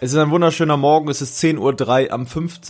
Es ist ein wunderschöner Morgen, es ist 10:03 Uhr am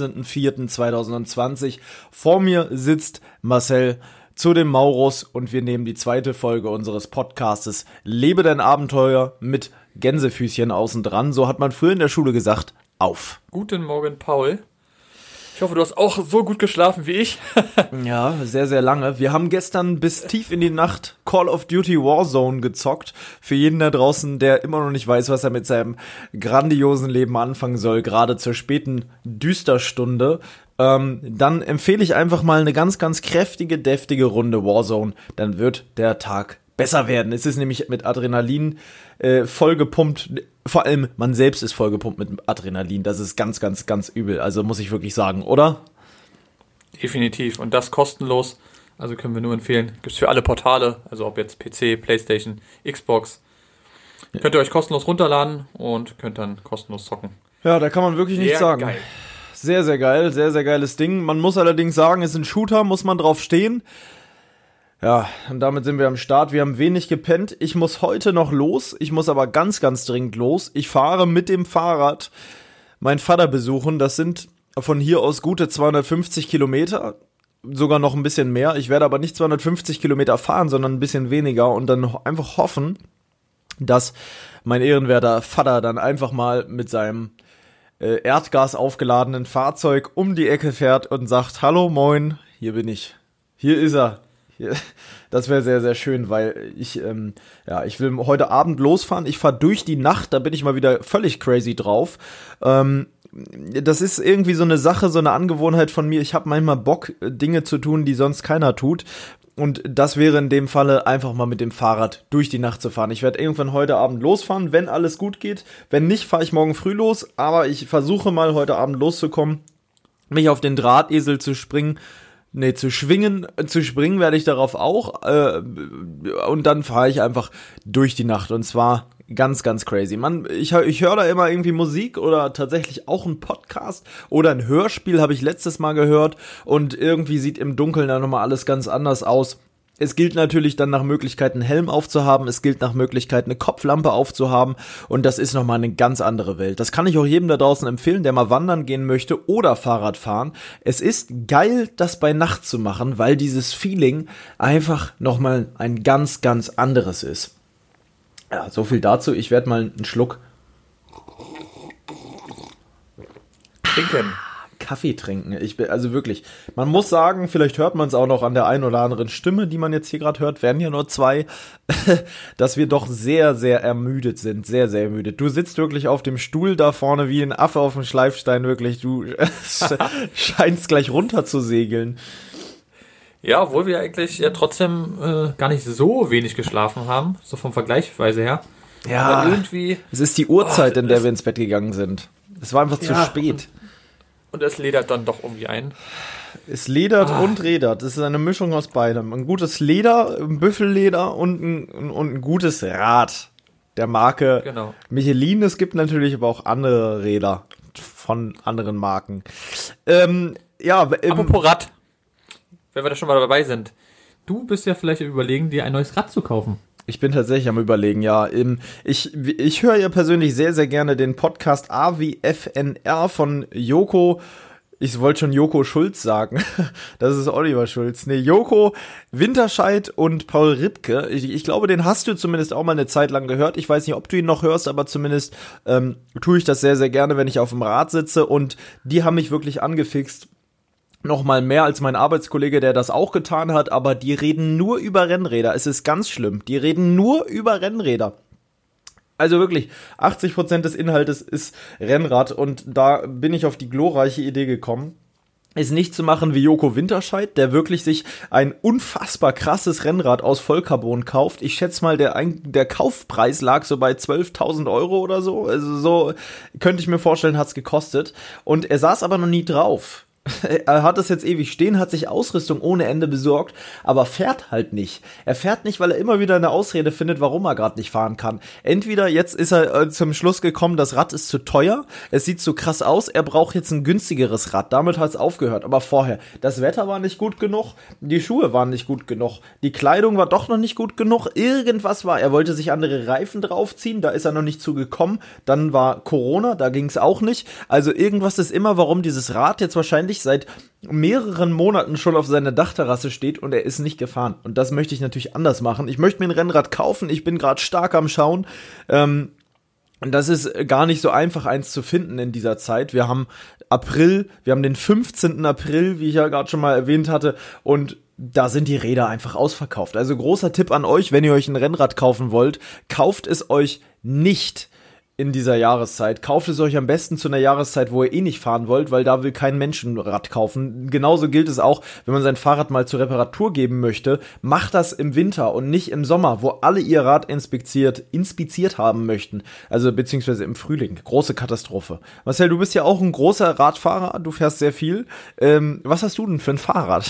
15.04.2020. Vor mir sitzt Marcel zu dem Maurus und wir nehmen die zweite Folge unseres Podcastes Lebe dein Abenteuer mit Gänsefüßchen außen dran. So hat man früher in der Schule gesagt, auf. Guten Morgen, Paul. Ich hoffe, du hast auch so gut geschlafen wie ich. Ja, sehr, sehr lange. Wir haben gestern bis tief in die Nacht Call of Duty Warzone gezockt. Für jeden da draußen, der immer noch nicht weiß, was er mit seinem grandiosen Leben anfangen soll, gerade zur späten Düsterstunde, dann empfehle ich einfach mal eine ganz, ganz kräftige, deftige Runde Warzone. Dann wird der Tag besser werden. Es ist nämlich mit Adrenalin vollgepumpt. Vor allem man selbst ist vollgepumpt mit Adrenalin. Das ist ganz, ganz, ganz übel. Also muss ich wirklich sagen, oder? Definitiv. Und das kostenlos. Also können wir nur empfehlen. Gibt's für alle Portale. Also ob jetzt PC, Playstation, Xbox. Ja. Könnt ihr euch kostenlos runterladen und könnt dann kostenlos zocken. Ja, da kann man wirklich nichts sagen. Geil. Sehr, sehr geil. Sehr, sehr geiles Ding. Man muss allerdings sagen, es ist ein Shooter, muss man drauf stehen. Ja, und damit sind wir am Start. Wir haben wenig gepennt. Ich muss heute noch los. Ich muss aber ganz, ganz dringend los. Ich fahre mit dem Fahrrad meinen Vater besuchen. Das sind von hier aus gute 250 Kilometer. Sogar noch ein bisschen mehr. Ich werde aber nicht 250 Kilometer fahren, sondern ein bisschen weniger. Und dann einfach hoffen, dass mein ehrenwerter Vater dann einfach mal mit seinem Erdgas aufgeladenen Fahrzeug um die Ecke fährt und sagt, hallo, moin, hier bin ich. Hier ist er. Das wäre sehr, sehr schön, weil ich will heute Abend losfahren. Ich fahre durch die Nacht, da bin ich mal wieder völlig crazy drauf. Das ist irgendwie so eine Sache, so eine Angewohnheit von mir. Ich habe manchmal Bock, Dinge zu tun, die sonst keiner tut. Und das wäre in dem Falle einfach mal mit dem Fahrrad durch die Nacht zu fahren. Ich werde irgendwann heute Abend losfahren, wenn alles gut geht. Wenn nicht, fahre ich morgen früh los. Aber ich versuche mal heute Abend loszukommen, mich auf den Drahtesel zu schwingen werde ich darauf auch und dann fahre ich einfach durch die Nacht und zwar ganz, ganz crazy. Ich höre da immer irgendwie Musik oder tatsächlich auch einen Podcast oder ein Hörspiel habe ich letztes Mal gehört und irgendwie sieht im Dunkeln dann nochmal alles ganz anders aus. Es gilt natürlich dann nach Möglichkeit einen Helm aufzuhaben, es gilt nach Möglichkeit eine Kopflampe aufzuhaben und das ist nochmal eine ganz andere Welt. Das kann ich auch jedem da draußen empfehlen, der mal wandern gehen möchte oder Fahrrad fahren. Es ist geil, das bei Nacht zu machen, weil dieses Feeling einfach nochmal ein ganz, ganz anderes ist. Ja, so viel dazu. Ich werde mal einen Schluck trinken. Kaffee trinken. Also wirklich, man muss sagen, vielleicht hört man es auch noch an der einen oder anderen Stimme, die man jetzt hier gerade hört, werden ja nur zwei, dass wir doch sehr, sehr ermüdet sind. Sehr, sehr ermüdet. Du sitzt wirklich auf dem Stuhl da vorne wie ein Affe auf dem Schleifstein, wirklich. Du scheinst gleich runter zu segeln. Ja, obwohl wir eigentlich ja trotzdem gar nicht so wenig geschlafen haben, so vom Vergleichsweise her. Ja, aber irgendwie, es ist die Uhrzeit, in der wir ins Bett gegangen sind. Es war einfach zu spät. Und es ledert dann doch irgendwie ein. Es ledert und rädert. Es ist eine Mischung aus beidem. Ein gutes Leder, ein Büffelleder und ein gutes Rad der Marke Michelin. Es gibt natürlich aber auch andere Räder von anderen Marken. Apropos Rad, wenn wir da schon mal dabei sind. Du bist ja vielleicht überlegen, dir ein neues Rad zu kaufen. Ich bin tatsächlich am Überlegen, ja. Ich höre ja persönlich sehr, sehr gerne den Podcast A wie FNR von Joko. Ich wollte schon Joko Schulz sagen. Das ist Oliver Schulz. Nee, Joko Winterscheid und Paul Ripke. Ich glaube, den hast du zumindest auch mal eine Zeit lang gehört. Ich weiß nicht, ob du ihn noch hörst, aber zumindest tue ich das sehr, sehr gerne, wenn ich auf dem Rad sitze. Und die haben mich wirklich angefixt. Noch mal mehr als mein Arbeitskollege, der das auch getan hat, aber die reden nur über Rennräder. Es ist ganz schlimm. Die reden nur über Rennräder. Also wirklich, 80% des Inhaltes ist Rennrad und da bin ich auf die glorreiche Idee gekommen, es nicht zu machen wie Joko Winterscheid, der wirklich sich ein unfassbar krasses Rennrad aus Vollcarbon kauft. Ich schätze mal, der Kaufpreis lag so bei 12.000 Euro oder so. Also so könnte ich mir vorstellen, hat's gekostet. Und er saß aber noch nie drauf. Er hat es jetzt ewig stehen, hat sich Ausrüstung ohne Ende besorgt, aber fährt halt nicht. Er fährt nicht, weil er immer wieder eine Ausrede findet, warum er gerade nicht fahren kann. Entweder jetzt ist er zum Schluss gekommen, das Rad ist zu teuer, es sieht zu krass aus, er braucht jetzt ein günstigeres Rad. Damit hat es aufgehört. Aber vorher, das Wetter war nicht gut genug, die Schuhe waren nicht gut genug, die Kleidung war doch noch nicht gut genug, irgendwas war. Er wollte sich andere Reifen draufziehen, da ist er noch nicht zugekommen. Dann war Corona, da ging es auch nicht. Also irgendwas ist immer, warum dieses Rad jetzt wahrscheinlich seit mehreren Monaten schon auf seiner Dachterrasse steht und er ist nicht gefahren. Und das möchte ich natürlich anders machen. Ich möchte mir ein Rennrad kaufen, ich bin gerade stark am Schauen. Und das ist gar nicht so einfach, eins zu finden in dieser Zeit. Wir haben April, wir haben den 15. April, wie ich ja gerade schon mal erwähnt hatte, und da sind die Räder einfach ausverkauft. Also großer Tipp an euch, wenn ihr euch ein Rennrad kaufen wollt, kauft es euch nicht in dieser Jahreszeit. Kauft es euch am besten zu einer Jahreszeit, wo ihr eh nicht fahren wollt, weil da will kein Mensch ein Rad kaufen. Genauso gilt es auch, wenn man sein Fahrrad mal zur Reparatur geben möchte. Macht das im Winter und nicht im Sommer, wo alle ihr Rad inspiziert haben möchten. Also beziehungsweise im Frühling. Große Katastrophe. Marcel, du bist ja auch ein großer Radfahrer. Du fährst sehr viel. Was hast du denn für ein Fahrrad?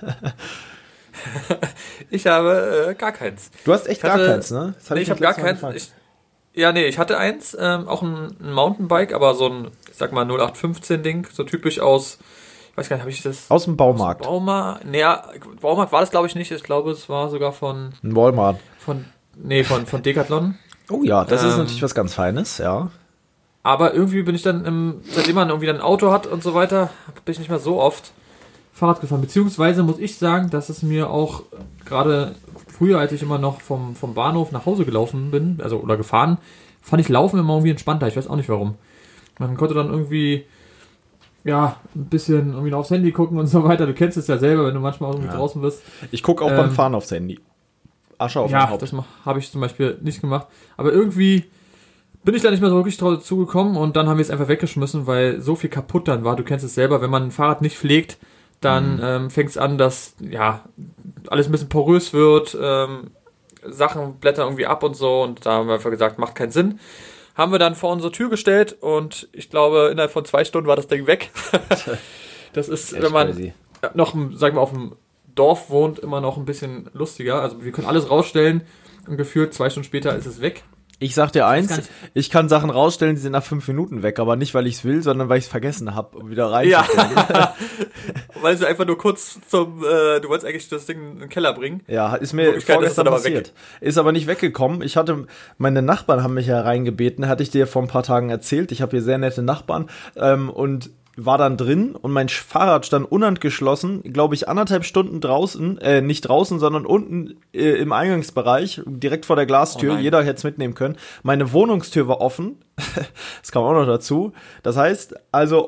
Ich habe gar keins. Du hast echt gar keins, ne? Ich habe gar keins. Ich hatte eins, auch ein Mountainbike, aber so ein, ich sag mal, 0815-Ding, so typisch aus, ich weiß gar nicht, habe ich das? Aus dem Baumarkt. Baumarkt war das, glaube ich, nicht. Ich glaube, es war sogar von Walmart. Von Decathlon. Oh ja, das ist natürlich was ganz Feines, ja. Aber irgendwie bin ich dann, seitdem man irgendwie dann ein Auto hat und so weiter, bin ich nicht mehr so oft Fahrrad gefahren. Beziehungsweise muss ich sagen, dass es mir auch gerade früher, als ich immer noch vom Bahnhof nach Hause gelaufen bin, oder gefahren, fand ich Laufen immer irgendwie entspannter. Ich weiß auch nicht warum. Man konnte dann irgendwie, ein bisschen irgendwie aufs Handy gucken und so weiter. Du kennst es ja selber, wenn du manchmal irgendwie draußen bist. Ich gucke auch beim Fahren aufs Handy. Asche auf mein Haupt. Das habe ich zum Beispiel nicht gemacht. Aber irgendwie bin ich da nicht mehr so wirklich dazu gekommen und dann haben wir es einfach weggeschmissen, weil so viel kaputt dann war. Du kennst es selber, wenn man ein Fahrrad nicht pflegt, dann fängt es an, dass alles ein bisschen porös wird, Sachen blättern irgendwie ab und so, und da haben wir einfach gesagt, macht keinen Sinn. Haben wir dann vor unsere Tür gestellt und ich glaube, innerhalb von 2 Stunden war das Ding weg. Das ist, echt, wenn man crazy. Noch, sagen wir, auf dem Dorf wohnt, immer noch ein bisschen lustiger. Also wir können alles rausstellen und gefühlt 2 Stunden später ist es weg. Ich sag dir eins, ich kann Sachen rausstellen, die sind nach 5 Minuten weg, aber nicht, weil ich es will, sondern weil ich es vergessen habe, um wieder reinzustellen. Ja, weil du einfach nur kurz du wolltest eigentlich das Ding in den Keller bringen. Ja, ist mir vorgestern passiert. Ist aber nicht weggekommen. Meine Nachbarn haben mich ja reingebeten, hatte ich dir vor ein paar Tagen erzählt. Ich habe hier sehr nette Nachbarn und war dann drin und mein Fahrrad stand unangeschlossen, glaube ich, 1,5 Stunden draußen, nicht draußen, sondern unten im Eingangsbereich, direkt vor der Glastür. Jeder hätte es mitnehmen können. Meine Wohnungstür war offen. Das kam auch noch dazu. Das heißt, also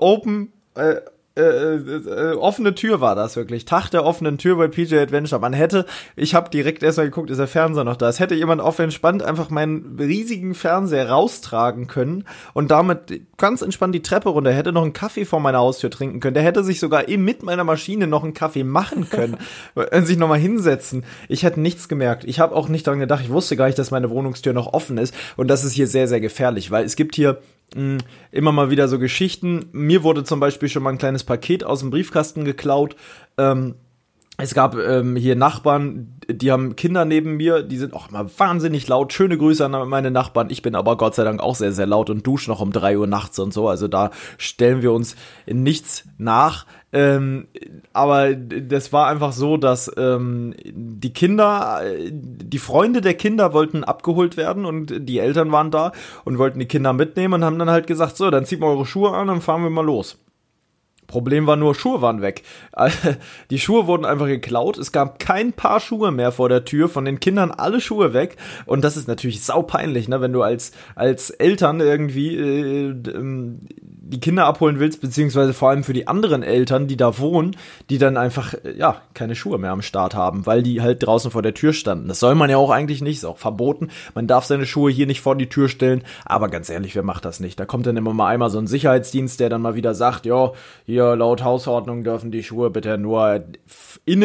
offene Tür war das wirklich. Tag der offenen Tür bei PJ Adventure. Ich habe direkt erstmal geguckt, ist der Fernseher noch da? Es hätte jemand auf entspannt einfach meinen riesigen Fernseher raustragen können und damit ganz entspannt die Treppe runter. Er hätte noch einen Kaffee vor meiner Haustür trinken können. Der hätte sich sogar eben mit meiner Maschine noch einen Kaffee machen können. Sich nochmal hinsetzen. Ich hätte nichts gemerkt. Ich habe auch nicht daran gedacht. Ich wusste gar nicht, dass meine Wohnungstür noch offen ist. Und das ist hier sehr, sehr gefährlich, weil es gibt hier immer mal wieder so Geschichten. Mir wurde zum Beispiel schon mal ein kleines Paket aus dem Briefkasten geklaut. Es gab hier Nachbarn, die haben Kinder neben mir, die sind auch immer wahnsinnig laut. Schöne Grüße an meine Nachbarn. Ich bin aber Gott sei Dank auch sehr, sehr laut und dusche noch um 3 Uhr nachts und so. Also da stellen wir uns in nichts nach. Aber das war einfach so, dass die Freunde der Kinder wollten abgeholt werden und die Eltern waren da und wollten die Kinder mitnehmen und haben dann halt gesagt, so, dann zieht mal eure Schuhe an und fahren wir mal los. Problem war nur, Schuhe waren weg. Die Schuhe wurden einfach geklaut. Es gab kein Paar Schuhe mehr vor der Tür. Von den Kindern alle Schuhe weg. Und das ist natürlich saupeinlich, ne? Wenn du als Eltern irgendwie die Kinder abholen willst, beziehungsweise vor allem für die anderen Eltern, die da wohnen, die dann einfach, keine Schuhe mehr am Start haben, weil die halt draußen vor der Tür standen. Das soll man ja auch eigentlich nicht, ist auch verboten. Man darf seine Schuhe hier nicht vor die Tür stellen, aber ganz ehrlich, wer macht das nicht? Da kommt dann immer mal einmal so ein Sicherheitsdienst, der dann mal wieder sagt, ja, hier laut Hausordnung dürfen die Schuhe bitte nur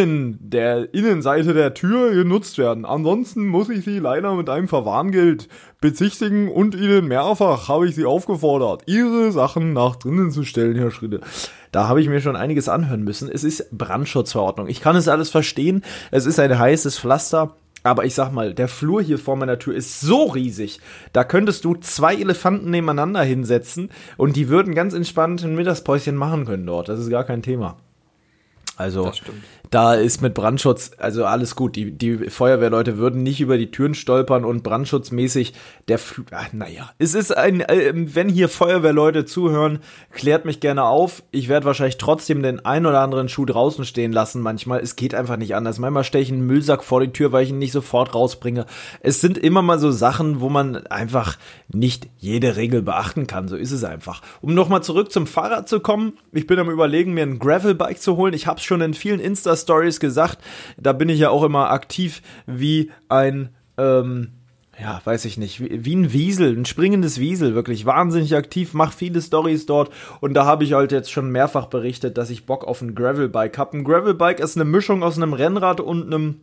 der Innenseite der Tür genutzt werden. Ansonsten muss ich sie leider mit einem Verwarngeld bezichtigen und Ihnen mehrfach habe ich Sie aufgefordert, Ihre Sachen nach drinnen zu stellen, Herr Schritte. Da habe ich mir schon einiges anhören müssen. Es ist Brandschutzverordnung. Ich kann es alles verstehen. Es ist ein heißes Pflaster. Aber ich sag mal, der Flur hier vor meiner Tür ist so riesig. Da könntest du 2 Elefanten nebeneinander hinsetzen und die würden ganz entspannt ein Mittagspäuschen machen können dort. Das ist gar kein Thema. Also da ist mit Brandschutz, also alles gut. Die Feuerwehrleute würden nicht über die Türen stolpern und brandschutzmäßig es ist wenn hier Feuerwehrleute zuhören, klärt mich gerne auf. Ich werde wahrscheinlich trotzdem den ein oder anderen Schuh draußen stehen lassen manchmal. Es geht einfach nicht anders. Manchmal stelle ich einen Müllsack vor die Tür, weil ich ihn nicht sofort rausbringe. Es sind immer mal so Sachen, wo man einfach nicht jede Regel beachten kann. So ist es einfach. Um nochmal zurück zum Fahrrad zu kommen. Ich bin am Überlegen, mir ein Gravelbike zu holen. Ich habe schon in vielen Insta-Stories gesagt, da bin ich ja auch immer aktiv wie ein, weiß ich nicht, wie ein Wiesel, ein springendes Wiesel, wirklich wahnsinnig aktiv, mache viele Stories dort und da habe ich halt jetzt schon mehrfach berichtet, dass ich Bock auf ein Gravelbike habe. Ein Gravelbike ist eine Mischung aus einem Rennrad und einem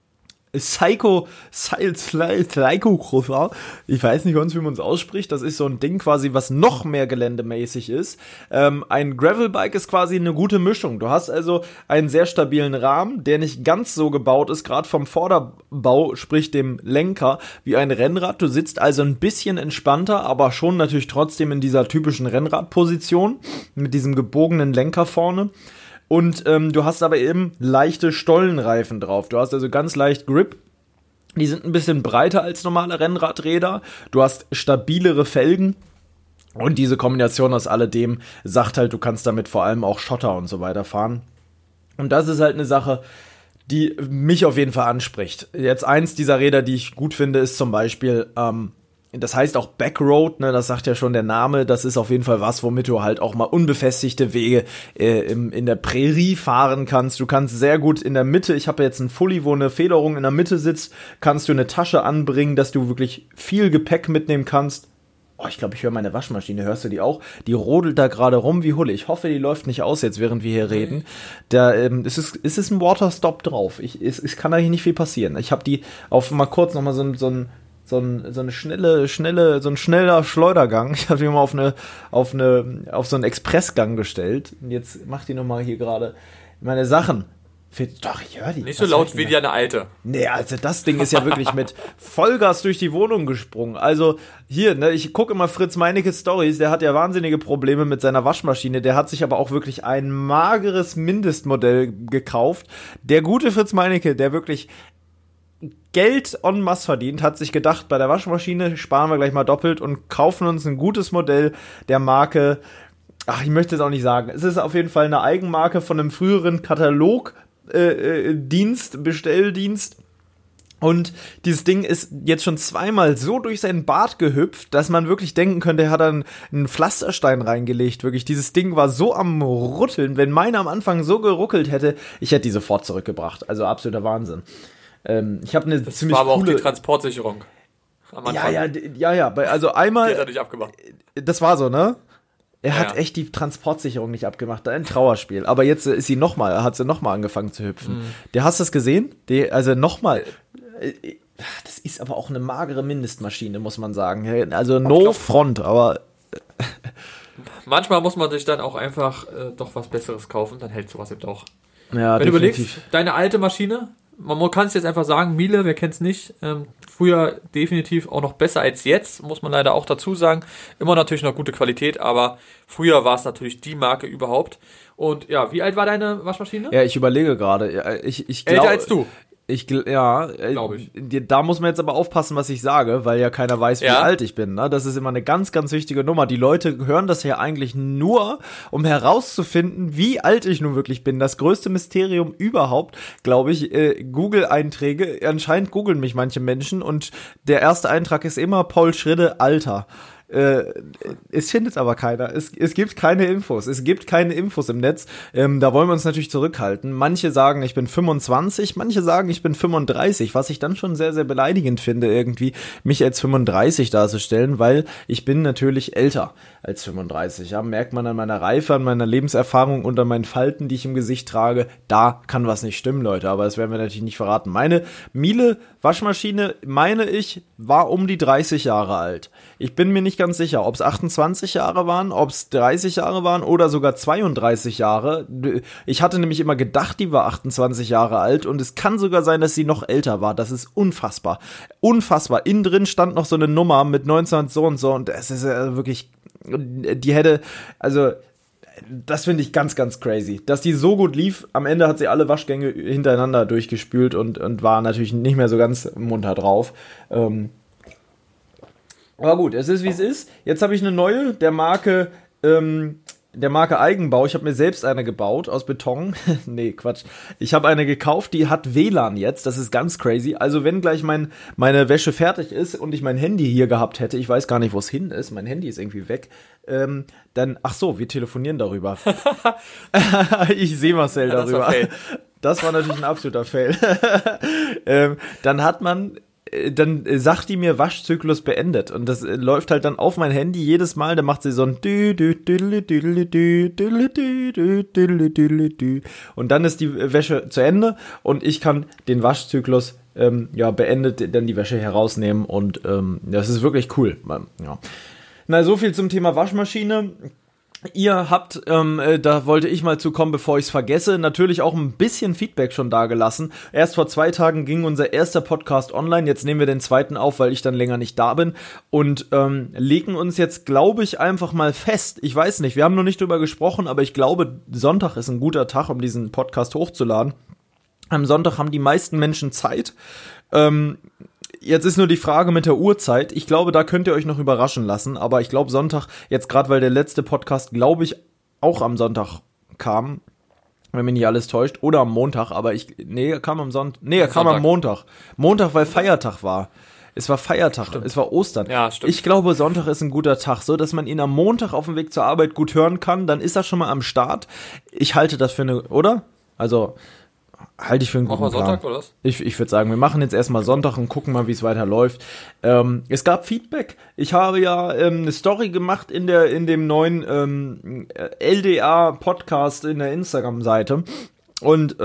Psycho-Crosser. Ich weiß nicht ganz, wie man es ausspricht. Das ist so ein Ding quasi, was noch mehr geländemäßig ist. Ein Gravelbike ist quasi eine gute Mischung. Du hast also einen sehr stabilen Rahmen, der nicht ganz so gebaut ist, gerade vom Vorderbau, sprich dem Lenker, wie ein Rennrad. Du sitzt also ein bisschen entspannter, aber schon natürlich trotzdem in dieser typischen Rennradposition mit diesem gebogenen Lenker vorne. Und du hast aber eben leichte Stollenreifen drauf. Du hast also ganz leicht Grip. Die sind ein bisschen breiter als normale Rennradräder. Du hast stabilere Felgen. Und diese Kombination aus alledem sagt halt, du kannst damit vor allem auch Schotter und so weiter fahren. Und das ist halt eine Sache, die mich auf jeden Fall anspricht. Jetzt eins dieser Räder, die ich gut finde, ist zum Beispiel das heißt auch Backroad, ne, das sagt ja schon der Name, das ist auf jeden Fall was, womit du halt auch mal unbefestigte Wege in der Prärie fahren kannst. Du kannst sehr gut in der Mitte, ich habe jetzt einen Fully, wo eine Federung in der Mitte sitzt, kannst du eine Tasche anbringen, dass du wirklich viel Gepäck mitnehmen kannst. Oh, ich glaube, ich höre meine Waschmaschine, hörst du die auch? Die rodelt da gerade rum wie Hulle. Ich hoffe, die läuft nicht aus jetzt, während wir hier reden. Es ist ein Waterstop drauf. Es kann da hier nicht viel passieren. Ich habe die auf mal kurz nochmal so ein schneller Schleudergang. Ich habe die mal auf so einen Expressgang gestellt. Und jetzt macht die nochmal hier gerade meine Sachen. Doch, ich höre die. Nicht so laut wie eine alte. Nee, also das Ding ist ja wirklich mit Vollgas durch die Wohnung gesprungen. Also hier, ne, ich gucke immer Fritz Meinecke Stories, der hat ja wahnsinnige Probleme mit seiner Waschmaschine, der hat sich aber auch wirklich ein mageres Mindestmodell gekauft. Der gute Fritz Meinecke, der wirklich Geld en masse verdient, hat sich gedacht, bei der Waschmaschine sparen wir gleich mal doppelt und kaufen uns ein gutes Modell der Marke, ich möchte es auch nicht sagen, es ist auf jeden Fall eine Eigenmarke von einem früheren Bestelldienst. Und dieses Ding ist jetzt schon zweimal so durch seinen Bart gehüpft, dass man wirklich denken könnte, er hat dann einen Pflasterstein reingelegt. Wirklich, dieses Ding war so am Rütteln. Wenn meine am Anfang so geruckelt hätte, ich hätte die sofort zurückgebracht. Also absoluter Wahnsinn. Ich habe eine ziemlich war aber coole... auch die Transportsicherung. Ja. Also einmal... Die hat er nicht abgemacht. Das war so, ne? Er hat echt die Transportsicherung nicht abgemacht. Ein Trauerspiel. Aber jetzt hat sie nochmal angefangen zu hüpfen. Hast du das gesehen? Nochmal... Das ist aber auch eine magere Mindestmaschine, muss man sagen. Also no front, aber... Manchmal muss man sich dann auch einfach doch was Besseres kaufen, dann hält sowas eben auch. Ja, wenn du überlegst, deine alte Maschine, man kann es jetzt einfach sagen, Miele, wer kennt es nicht, früher definitiv auch noch besser als jetzt, muss man leider auch dazu sagen. Immer natürlich noch gute Qualität, aber früher war es natürlich die Marke überhaupt. Und ja, wie alt war deine Waschmaschine? Ja, ich überlege gerade. Ich glaub, älter als du. Glaube ich. Da muss man jetzt aber aufpassen, was ich sage, weil ja keiner weiß, wie alt ich bin. Ne? Das ist immer eine ganz, ganz wichtige Nummer. Die Leute hören das ja eigentlich nur, um herauszufinden, wie alt ich nun wirklich bin. Das größte Mysterium überhaupt, glaube ich, Google-Einträge. Anscheinend googeln mich manche Menschen und der erste Eintrag ist immer Paul Schridde, Alter. Es findet aber keiner. Es gibt keine Infos. Es gibt keine Infos im Netz. Da wollen wir uns natürlich zurückhalten. Manche sagen, ich bin 25, manche sagen, ich bin 35, was ich dann schon sehr, sehr beleidigend finde, irgendwie mich als 35 darzustellen, weil ich bin natürlich älter als 35. Ja, merkt man an meiner Reife, an meiner Lebenserfahrung und an meinen Falten, die ich im Gesicht trage. Da kann was nicht stimmen, Leute, aber das werden wir natürlich nicht verraten. Meine Miele Waschmaschine, meine ich, war um die 30 Jahre alt. Ich bin mir nicht ganz sicher, ob es 28 Jahre waren, ob es 30 Jahre waren oder sogar 32 Jahre. Ich hatte nämlich immer gedacht, die war 28 Jahre alt und es kann sogar sein, dass sie noch älter war. Das ist unfassbar. Unfassbar. Innen drin stand noch so eine Nummer mit 19 so und so und es ist wirklich, die hätte, also das finde ich ganz, ganz crazy. Dass die so gut lief, am Ende hat sie alle Waschgänge hintereinander durchgespült und war natürlich nicht mehr so ganz munter drauf. Aber gut, es ist wie es ist. Jetzt habe ich eine neue, der Marke Eigenbau. Ich habe mir selbst eine gebaut aus Beton. Nee, Quatsch. Ich habe eine gekauft, die hat WLAN jetzt. Das ist ganz crazy. Also wenn gleich meine Wäsche fertig ist und ich mein Handy hier gehabt hätte, ich weiß gar nicht, wo es hin ist. Mein Handy ist irgendwie weg. Dann, ach so, wir telefonieren darüber. Ich sehe Marcel darüber. Das war natürlich ein absoluter Fail. Dann sagt die mir Waschzyklus beendet und das läuft halt dann auf mein Handy jedes Mal, dann macht sie so ein und dann ist die Wäsche zu Ende und ich kann den Waschzyklus beendet dann die Wäsche herausnehmen und das ist wirklich cool. Ja. Na, so viel zum Thema Waschmaschine. Ihr habt, da wollte ich mal zu kommen, bevor ich es vergesse, natürlich auch ein bisschen Feedback schon dagelassen. Erst vor 2 Tagen ging unser erster Podcast online, jetzt nehmen wir den zweiten auf, weil ich dann länger nicht da bin und legen uns jetzt, glaube ich, einfach mal fest. Ich weiß nicht, wir haben noch nicht drüber gesprochen, aber ich glaube, Sonntag ist ein guter Tag, um diesen Podcast hochzuladen. Am Sonntag haben die meisten Menschen Zeit. Jetzt ist nur die Frage mit der Uhrzeit. Ich glaube, da könnt ihr euch noch überraschen lassen. Aber ich glaube, Sonntag, jetzt gerade weil der letzte Podcast, glaube ich, auch am Sonntag kam, wenn mich nicht alles täuscht. Oder am Montag, aber er kam am Sonntag. Nee, er kam am Montag. Montag, weil Feiertag war. Es war Feiertag, stimmt. Es war Ostern. Ja, stimmt. Ich glaube, Sonntag ist ein guter Tag, so dass man ihn am Montag auf dem Weg zur Arbeit gut hören kann. Dann ist er schon mal am Start. Ich halte das für eine, oder? Also halte ich für einen guten Plan. Machen wir Sonntag, oder was? Ich würde sagen, wir machen jetzt erstmal Sonntag und gucken mal, wie es weiter läuft. Es gab Feedback. Ich habe ja eine Story gemacht in dem neuen LDA-Podcast in der Instagram-Seite. Und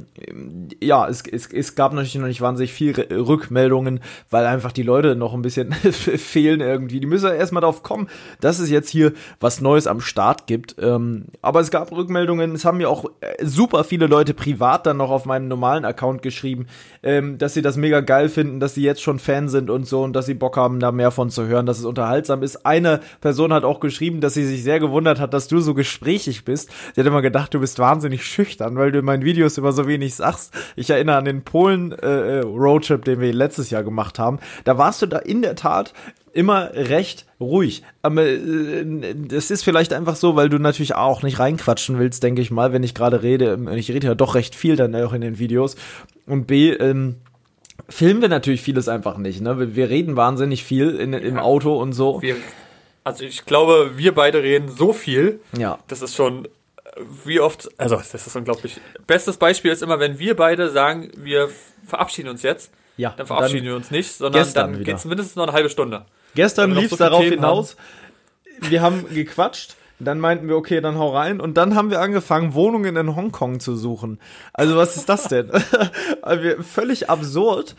es gab natürlich noch nicht wahnsinnig viel Rückmeldungen, weil einfach die Leute noch ein bisschen fehlen irgendwie. Die müssen ja erstmal drauf kommen, dass es jetzt hier was Neues am Start gibt. Aber es gab Rückmeldungen, es haben mir auch super viele Leute privat dann noch auf meinem normalen Account geschrieben, dass sie das mega geil finden, dass sie jetzt schon Fan sind und so und dass sie Bock haben, da mehr von zu hören, dass es unterhaltsam ist. Eine Person hat auch geschrieben, dass sie sich sehr gewundert hat, dass du so gesprächig bist. Sie hat immer gedacht, du bist wahnsinnig schüchtern, weil du in meinen Videos immer so wenig sagst. Ich erinnere an den Polen-Roadtrip, den wir letztes Jahr gemacht haben. Da warst du da in der Tat immer recht ruhig. Aber das ist vielleicht einfach so, weil du natürlich auch nicht reinquatschen willst, denke ich mal, wenn ich gerade rede. Ich rede ja doch recht viel dann auch in den Videos. Und B, filmen wir natürlich vieles einfach nicht. Ne? Wir reden wahnsinnig viel im Auto und so. Also ich glaube, wir beide reden so viel. Ja. Das ist schon... Wie oft, also das ist unglaublich. Bestes Beispiel ist immer, wenn wir beide sagen, wir verabschieden uns jetzt, dann verabschieden wir uns nicht, sondern dann geht es mindestens noch eine halbe Stunde. Gestern lief es darauf hinaus, wir haben gequatscht, dann meinten wir, okay, dann hau rein und dann haben wir angefangen, Wohnungen in Hongkong zu suchen. Also was ist das denn? Völlig absurd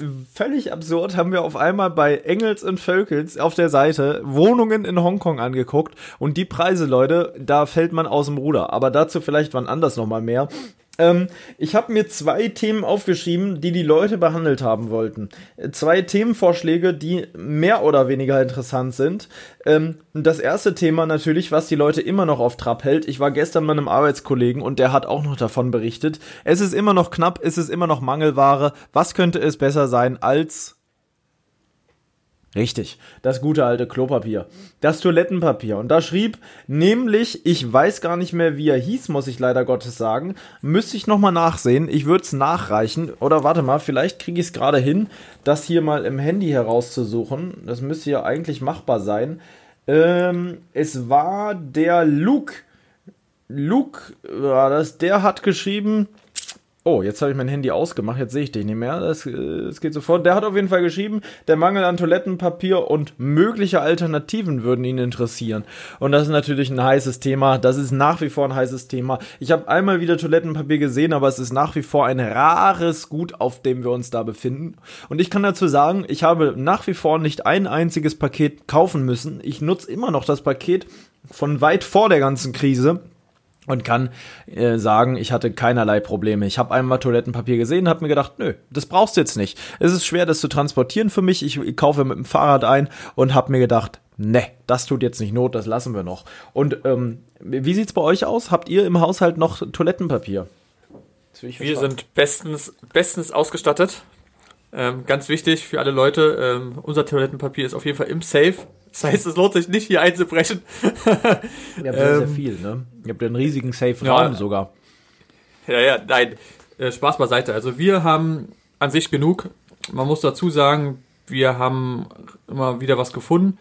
haben wir auf einmal bei Engels und Völkels auf der Seite Wohnungen in Hongkong angeguckt und die Preise, Leute, da fällt man aus dem Ruder. Aber dazu vielleicht wann anders nochmal mehr. Ich habe mir 2 Themen aufgeschrieben, die Leute behandelt haben wollten. 2 Themenvorschläge, die mehr oder weniger interessant sind. Das erste Thema natürlich, was die Leute immer noch auf Trab hält. Ich war gestern bei einem Arbeitskollegen und der hat auch noch davon berichtet. Es ist immer noch knapp, es ist immer noch Mangelware. Was könnte es besser sein als... Richtig, das gute alte Klopapier, das Toilettenpapier. Und da schrieb nämlich, ich weiß gar nicht mehr, wie er hieß, muss ich leider Gottes sagen, müsste ich nochmal nachsehen, ich würde es nachreichen. Oder warte mal, vielleicht kriege ich es gerade hin, das hier mal im Handy herauszusuchen. Das müsste ja eigentlich machbar sein. Es war der Luke. Luke war das, der hat geschrieben. Oh, jetzt habe ich mein Handy ausgemacht, jetzt sehe ich dich nicht mehr. Das geht sofort. Der hat auf jeden Fall geschrieben, der Mangel an Toilettenpapier und mögliche Alternativen würden ihn interessieren. Und das ist natürlich ein heißes Thema. Das ist nach wie vor ein heißes Thema. Ich habe einmal wieder Toilettenpapier gesehen, aber es ist nach wie vor ein rares Gut, auf dem wir uns da befinden. Und ich kann dazu sagen, ich habe nach wie vor nicht ein einziges Paket kaufen müssen. Ich nutze immer noch das Paket von weit vor der ganzen Krise. Und kann sagen, ich hatte keinerlei Probleme. Ich habe einmal Toilettenpapier gesehen und habe mir gedacht, nö, das brauchst du jetzt nicht. Es ist schwer, das zu transportieren für mich. Ich kaufe mit dem Fahrrad ein und habe mir gedacht, ne, das tut jetzt nicht Not, das lassen wir noch. Und wie sieht's bei euch aus? Habt ihr im Haushalt noch Toilettenpapier? Wir sind bestens ausgestattet. Ganz wichtig für alle Leute, unser Toilettenpapier ist auf jeden Fall im Safe. Das heißt, es lohnt sich nicht, hier einzubrechen. Ihr habt sehr viel, ne? Ihr habt einen riesigen Safe-Raum sogar. Ja, nein. Spaß beiseite. Also wir haben an sich genug. Man muss dazu sagen, wir haben immer wieder was gefunden.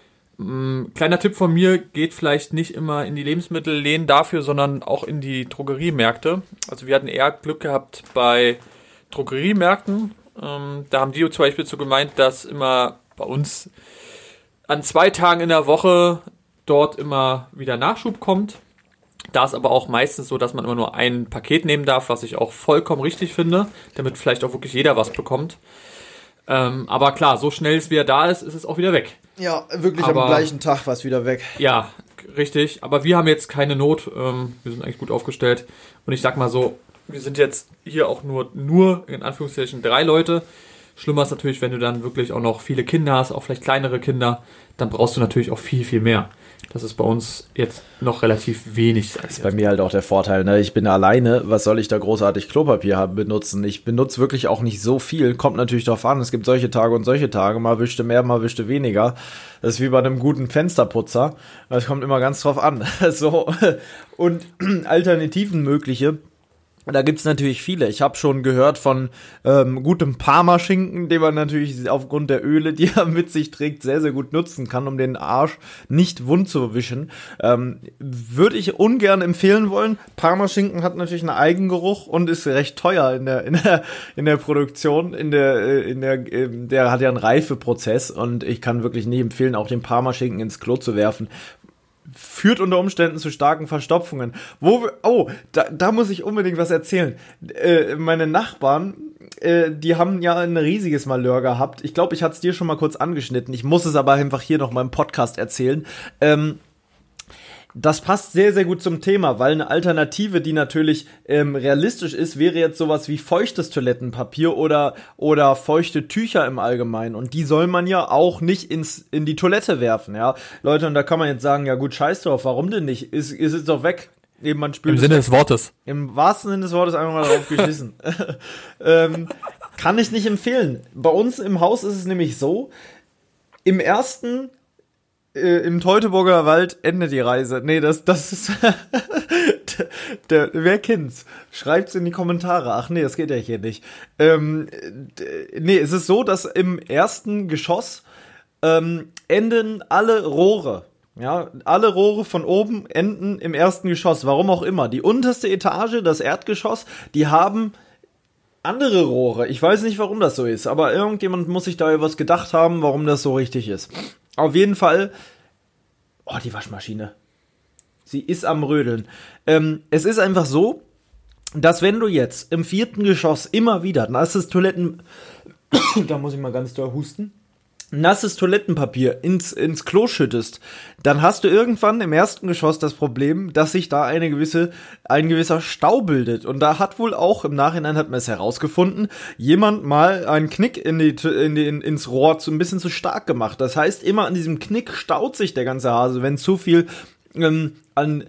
Kleiner Tipp von mir, geht vielleicht nicht immer in die Lebensmittelläden dafür, sondern auch in die Drogeriemärkte. Also wir hatten eher Glück gehabt bei Drogeriemärkten. Da haben die zum Beispiel so gemeint, dass immer bei uns an 2 Tagen in der Woche dort immer wieder Nachschub kommt. Da ist aber auch meistens so, dass man immer nur ein Paket nehmen darf, was ich auch vollkommen richtig finde, damit vielleicht auch wirklich jeder was bekommt. Aber klar, so schnell es wieder da ist, ist es auch wieder weg. Ja, wirklich am gleichen Tag war es wieder weg. Ja, richtig. Aber wir haben jetzt keine Not. Wir sind eigentlich gut aufgestellt. Und ich sag mal so, wir sind jetzt hier auch nur in Anführungszeichen 3 Leute. Schlimmer ist natürlich, wenn du dann wirklich auch noch viele Kinder hast, auch vielleicht kleinere Kinder, dann brauchst du natürlich auch viel, viel mehr. Das ist bei uns jetzt noch relativ wenig. Das ist bei mir halt auch der Vorteil, ne? Ich bin alleine, was soll ich da großartig Klopapier benutzen? Ich benutze wirklich auch nicht so viel, kommt natürlich darauf an, es gibt solche Tage und solche Tage, mal wischte mehr, mal wischte weniger. Das ist wie bei einem guten Fensterputzer, das kommt immer ganz drauf an. So. Und Alternativen mögliche. Da gibt's natürlich viele. Ich habe schon gehört von gutem Parmaschinken, den man natürlich aufgrund der Öle, die er mit sich trägt, sehr, sehr gut nutzen kann, um den Arsch nicht wund zu wischen. Würde ich ungern empfehlen wollen. Parmaschinken hat natürlich einen Eigengeruch und ist recht teuer in der Produktion. Der hat ja einen Reifeprozess und ich kann wirklich nicht empfehlen, auch den Parmaschinken ins Klo zu werfen. Führt unter Umständen zu starken Verstopfungen. Da muss ich unbedingt was erzählen. Meine Nachbarn, die haben ja ein riesiges Malheur gehabt. Ich glaube, ich hatte es dir schon mal kurz angeschnitten. Ich muss es aber einfach hier noch mal im Podcast erzählen. Das passt sehr, sehr gut zum Thema, weil eine Alternative, die natürlich realistisch ist, wäre jetzt sowas wie feuchtes Toilettenpapier oder feuchte Tücher im Allgemeinen. Und die soll man ja auch nicht in die Toilette werfen, ja. Leute, und da kann man jetzt sagen, ja gut, scheiß drauf, warum denn nicht? Ist es doch weg. Eben, man spült Im Sinne des Wortes. Im wahrsten Sinne des Wortes einfach mal drauf geschissen. Kann ich nicht empfehlen. Bei uns im Haus ist es nämlich so, im Teutoburger Wald endet die Reise. Nee, das ist wer kennt's? Schreibt's in die Kommentare. Ach nee, das geht ja hier nicht. Nee, es ist so, dass im ersten Geschoss enden alle Rohre. Ja, alle Rohre von oben enden im ersten Geschoss. Warum auch immer. Die unterste Etage, das Erdgeschoss, die haben andere Rohre. Ich weiß nicht, warum das so ist, aber irgendjemand muss sich da was gedacht haben, warum das so richtig ist. Auf jeden Fall, die Waschmaschine. Sie ist am Rödeln. Es ist einfach so, dass wenn du jetzt im 4. Geschoss immer wieder nasses da muss ich mal ganz doll husten, nasses Toilettenpapier ins Klo schüttest, dann hast du irgendwann im 1. Geschoss das Problem, dass sich da ein gewisser Stau bildet. Und da hat wohl auch, im Nachhinein hat man es herausgefunden, jemand mal einen Knick ins Rohr ein bisschen zu stark gemacht. Das heißt, immer an diesem Knick staut sich der ganze Hase, wenn zu viel an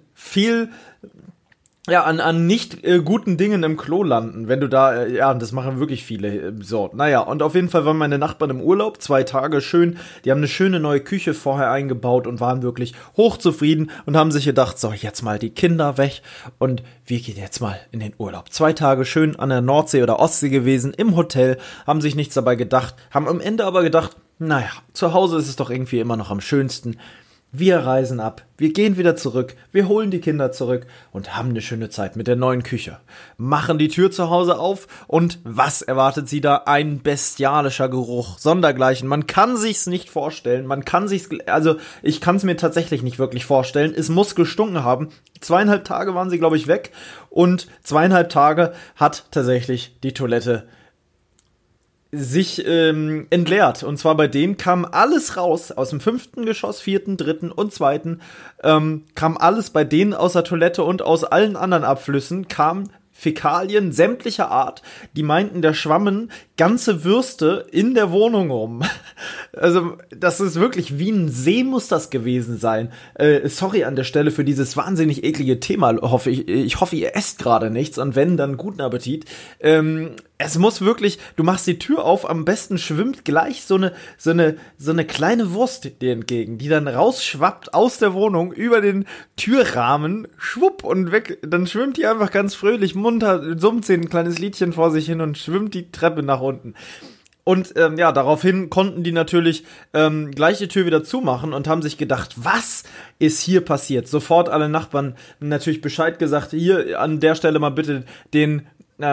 nicht guten Dingen im Klo landen, wenn du da, das machen wirklich viele, so, naja, und auf jeden Fall waren meine Nachbarn im Urlaub, 2 Tage schön, die haben eine schöne neue Küche vorher eingebaut und waren wirklich hochzufrieden und haben sich gedacht, so, jetzt mal die Kinder weg und wir gehen jetzt mal in den Urlaub. 2 Tage schön an der Nordsee oder Ostsee gewesen, im Hotel, haben sich nichts dabei gedacht, haben am Ende aber gedacht, naja, zu Hause ist es doch irgendwie immer noch am schönsten. Wir reisen ab, wir gehen wieder zurück, wir holen die Kinder zurück und haben eine schöne Zeit mit der neuen Küche. Machen die Tür zu Hause auf und was erwartet sie da? Ein bestialischer Geruch, sondergleichen. Man kann sich's nicht vorstellen, ich kann es mir tatsächlich nicht wirklich vorstellen. Es muss gestunken haben. 2,5 Tage waren sie, glaube ich, weg und 2,5 Tage hat tatsächlich die Toilette sich entleert. Und zwar bei denen kam alles raus, aus dem 5. Geschoss, 4., 3. und 2. Kam alles bei denen aus der Toilette und aus allen anderen Abflüssen, kam Fäkalien sämtlicher Art, die meinten, da schwammen ganze Würste in der Wohnung rum. Also, das ist wirklich wie ein See muss das gewesen sein. Sorry an der Stelle für dieses wahnsinnig eklige Thema. Ich hoffe, ihr esst gerade nichts und wenn, dann guten Appetit. Es muss wirklich, du machst die Tür auf, am besten schwimmt gleich so eine kleine Wurst dir entgegen, die dann rausschwappt aus der Wohnung über den Türrahmen, schwupp und weg. Dann schwimmt die einfach ganz fröhlich, munter, summt sie ein kleines Liedchen vor sich hin und schwimmt die Treppe nach unten. Und daraufhin konnten die natürlich gleich die Tür wieder zumachen und haben sich gedacht, was ist hier passiert? Sofort alle Nachbarn natürlich Bescheid gesagt, hier an der Stelle mal bitte den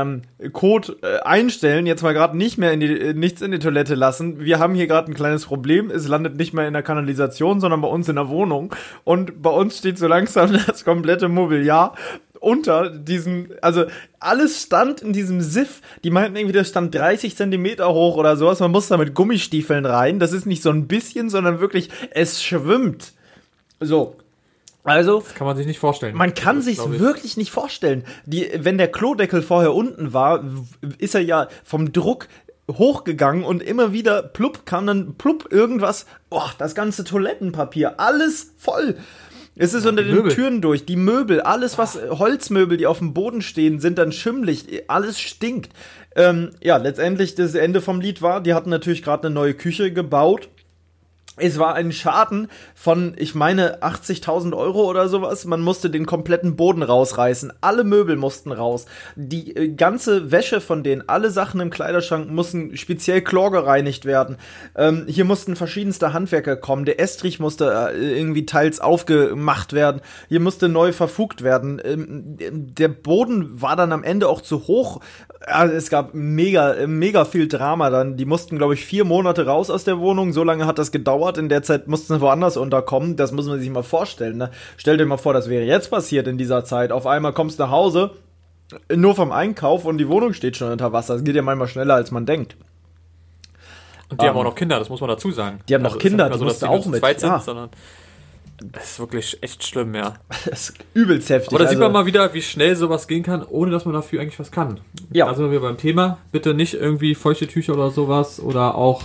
Code einstellen, jetzt mal gerade nicht mehr nichts in die Toilette lassen. Wir haben hier gerade ein kleines Problem. Es landet nicht mehr in der Kanalisation, sondern bei uns in der Wohnung. Und bei uns steht so langsam das komplette Mobiliar unter diesem, also alles stand in diesem Siff. Die meinten irgendwie, das stand 30 Zentimeter hoch oder sowas. Man muss da mit Gummistiefeln rein. Das ist nicht so ein bisschen, sondern wirklich, es schwimmt. So. Also, das kann man sich nicht vorstellen. Man kann sich's wirklich nicht vorstellen. Wenn der Klodeckel vorher unten war, ist er ja vom Druck hochgegangen und immer wieder plupp kam dann irgendwas. Oh, das ganze Toilettenpapier, alles voll. Es ist unter den Türen durch, die Möbel, alles was Holzmöbel, die auf dem Boden stehen, sind dann schimmlig, alles stinkt. Letztendlich das Ende vom Lied war, die hatten natürlich gerade eine neue Küche gebaut. Es war ein Schaden von, ich meine, 80.000 Euro oder sowas. Man musste den kompletten Boden rausreißen. Alle Möbel mussten raus. Die ganze Wäsche von denen, alle Sachen im Kleiderschrank mussten speziell chlorgereinigt werden. Hier mussten verschiedenste Handwerker kommen. Der Estrich musste irgendwie teils aufgemacht werden. Hier musste neu verfugt werden. Der Boden war dann am Ende auch zu hoch. Also es gab mega viel Drama dann. Die mussten, glaube ich, 4 Monate raus aus der Wohnung. So lange hat das gedauert. In der Zeit mussten sie woanders unterkommen. Das muss man sich mal vorstellen. Ne? Stell dir mal vor, das wäre jetzt passiert in dieser Zeit. Auf einmal kommst du nach Hause, nur vom Einkauf und die Wohnung steht schon unter Wasser. Das geht ja manchmal schneller, als man denkt. Und die haben auch noch Kinder, das muss man dazu sagen. Die haben noch Kinder, die mussten auch mit. Sondern das ist wirklich echt schlimm, ja. Das ist übelst heftig. Aber da sieht man mal wieder, wie schnell sowas gehen kann, ohne dass man dafür eigentlich was kann. Ja. Da sind wir beim Thema. Bitte nicht irgendwie feuchte Tücher oder sowas oder auch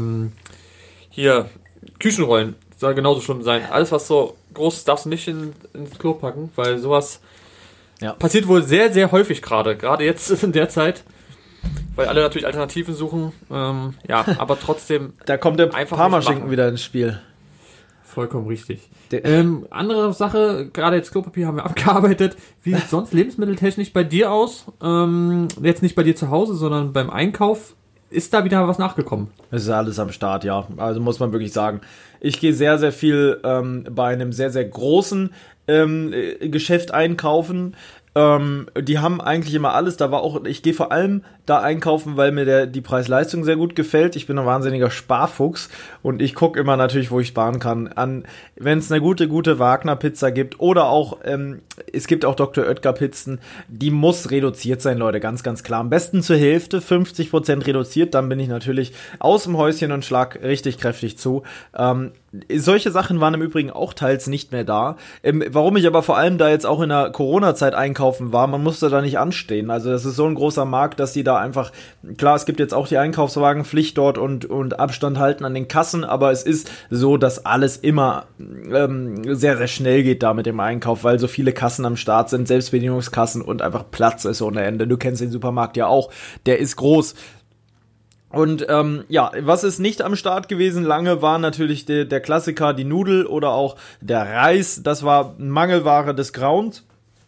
hier Küchenrollen soll genauso schlimm sein. Alles, was so groß ist, darfst du nicht ins Klo packen, weil sowas passiert wohl sehr, sehr häufig gerade jetzt in der Zeit. Weil alle natürlich Alternativen suchen. Aber trotzdem. Da kommt der Parmaschinken wieder ins Spiel. Vollkommen richtig. Andere Sache, gerade jetzt Klopapier haben wir abgearbeitet. Wie sieht sonst lebensmitteltechnisch bei dir aus? Jetzt nicht bei dir zu Hause, sondern beim Einkauf. Ist da wieder was nachgekommen? Es ist alles am Start, ja. Also muss man wirklich sagen. Ich gehe sehr, sehr viel bei einem sehr, sehr großen Geschäft einkaufen. Die haben eigentlich immer alles. Ich gehe vor allem da einkaufen, weil mir die Preis-Leistung sehr gut gefällt. Ich bin ein wahnsinniger Sparfuchs und ich gucke immer natürlich, wo ich sparen kann. Wenn es eine gute Wagner-Pizza gibt oder auch, es gibt auch Dr. Oetker-Pizzen, die muss reduziert sein, Leute, ganz, ganz klar. Am besten zur Hälfte, 50% reduziert, dann bin ich natürlich aus dem Häuschen und schlag richtig kräftig zu. Solche Sachen waren im Übrigen auch teils nicht mehr da. Warum ich aber vor allem da jetzt auch in der Corona-Zeit einkaufen war, man musste da nicht anstehen. Also das ist so ein großer Markt, dass die da einfach, klar, es gibt jetzt auch die Einkaufswagenpflicht dort und Abstand halten an den Kassen, aber es ist so, dass alles immer sehr, sehr schnell geht da mit dem Einkauf, weil so viele Kassen am Start sind, Selbstbedienungskassen und einfach Platz ist ohne Ende. Du kennst den Supermarkt ja auch, der ist groß. Und was ist nicht am Start gewesen lange, war natürlich der Klassiker, die Nudel oder auch der Reis. Das war Mangelware des Grauens.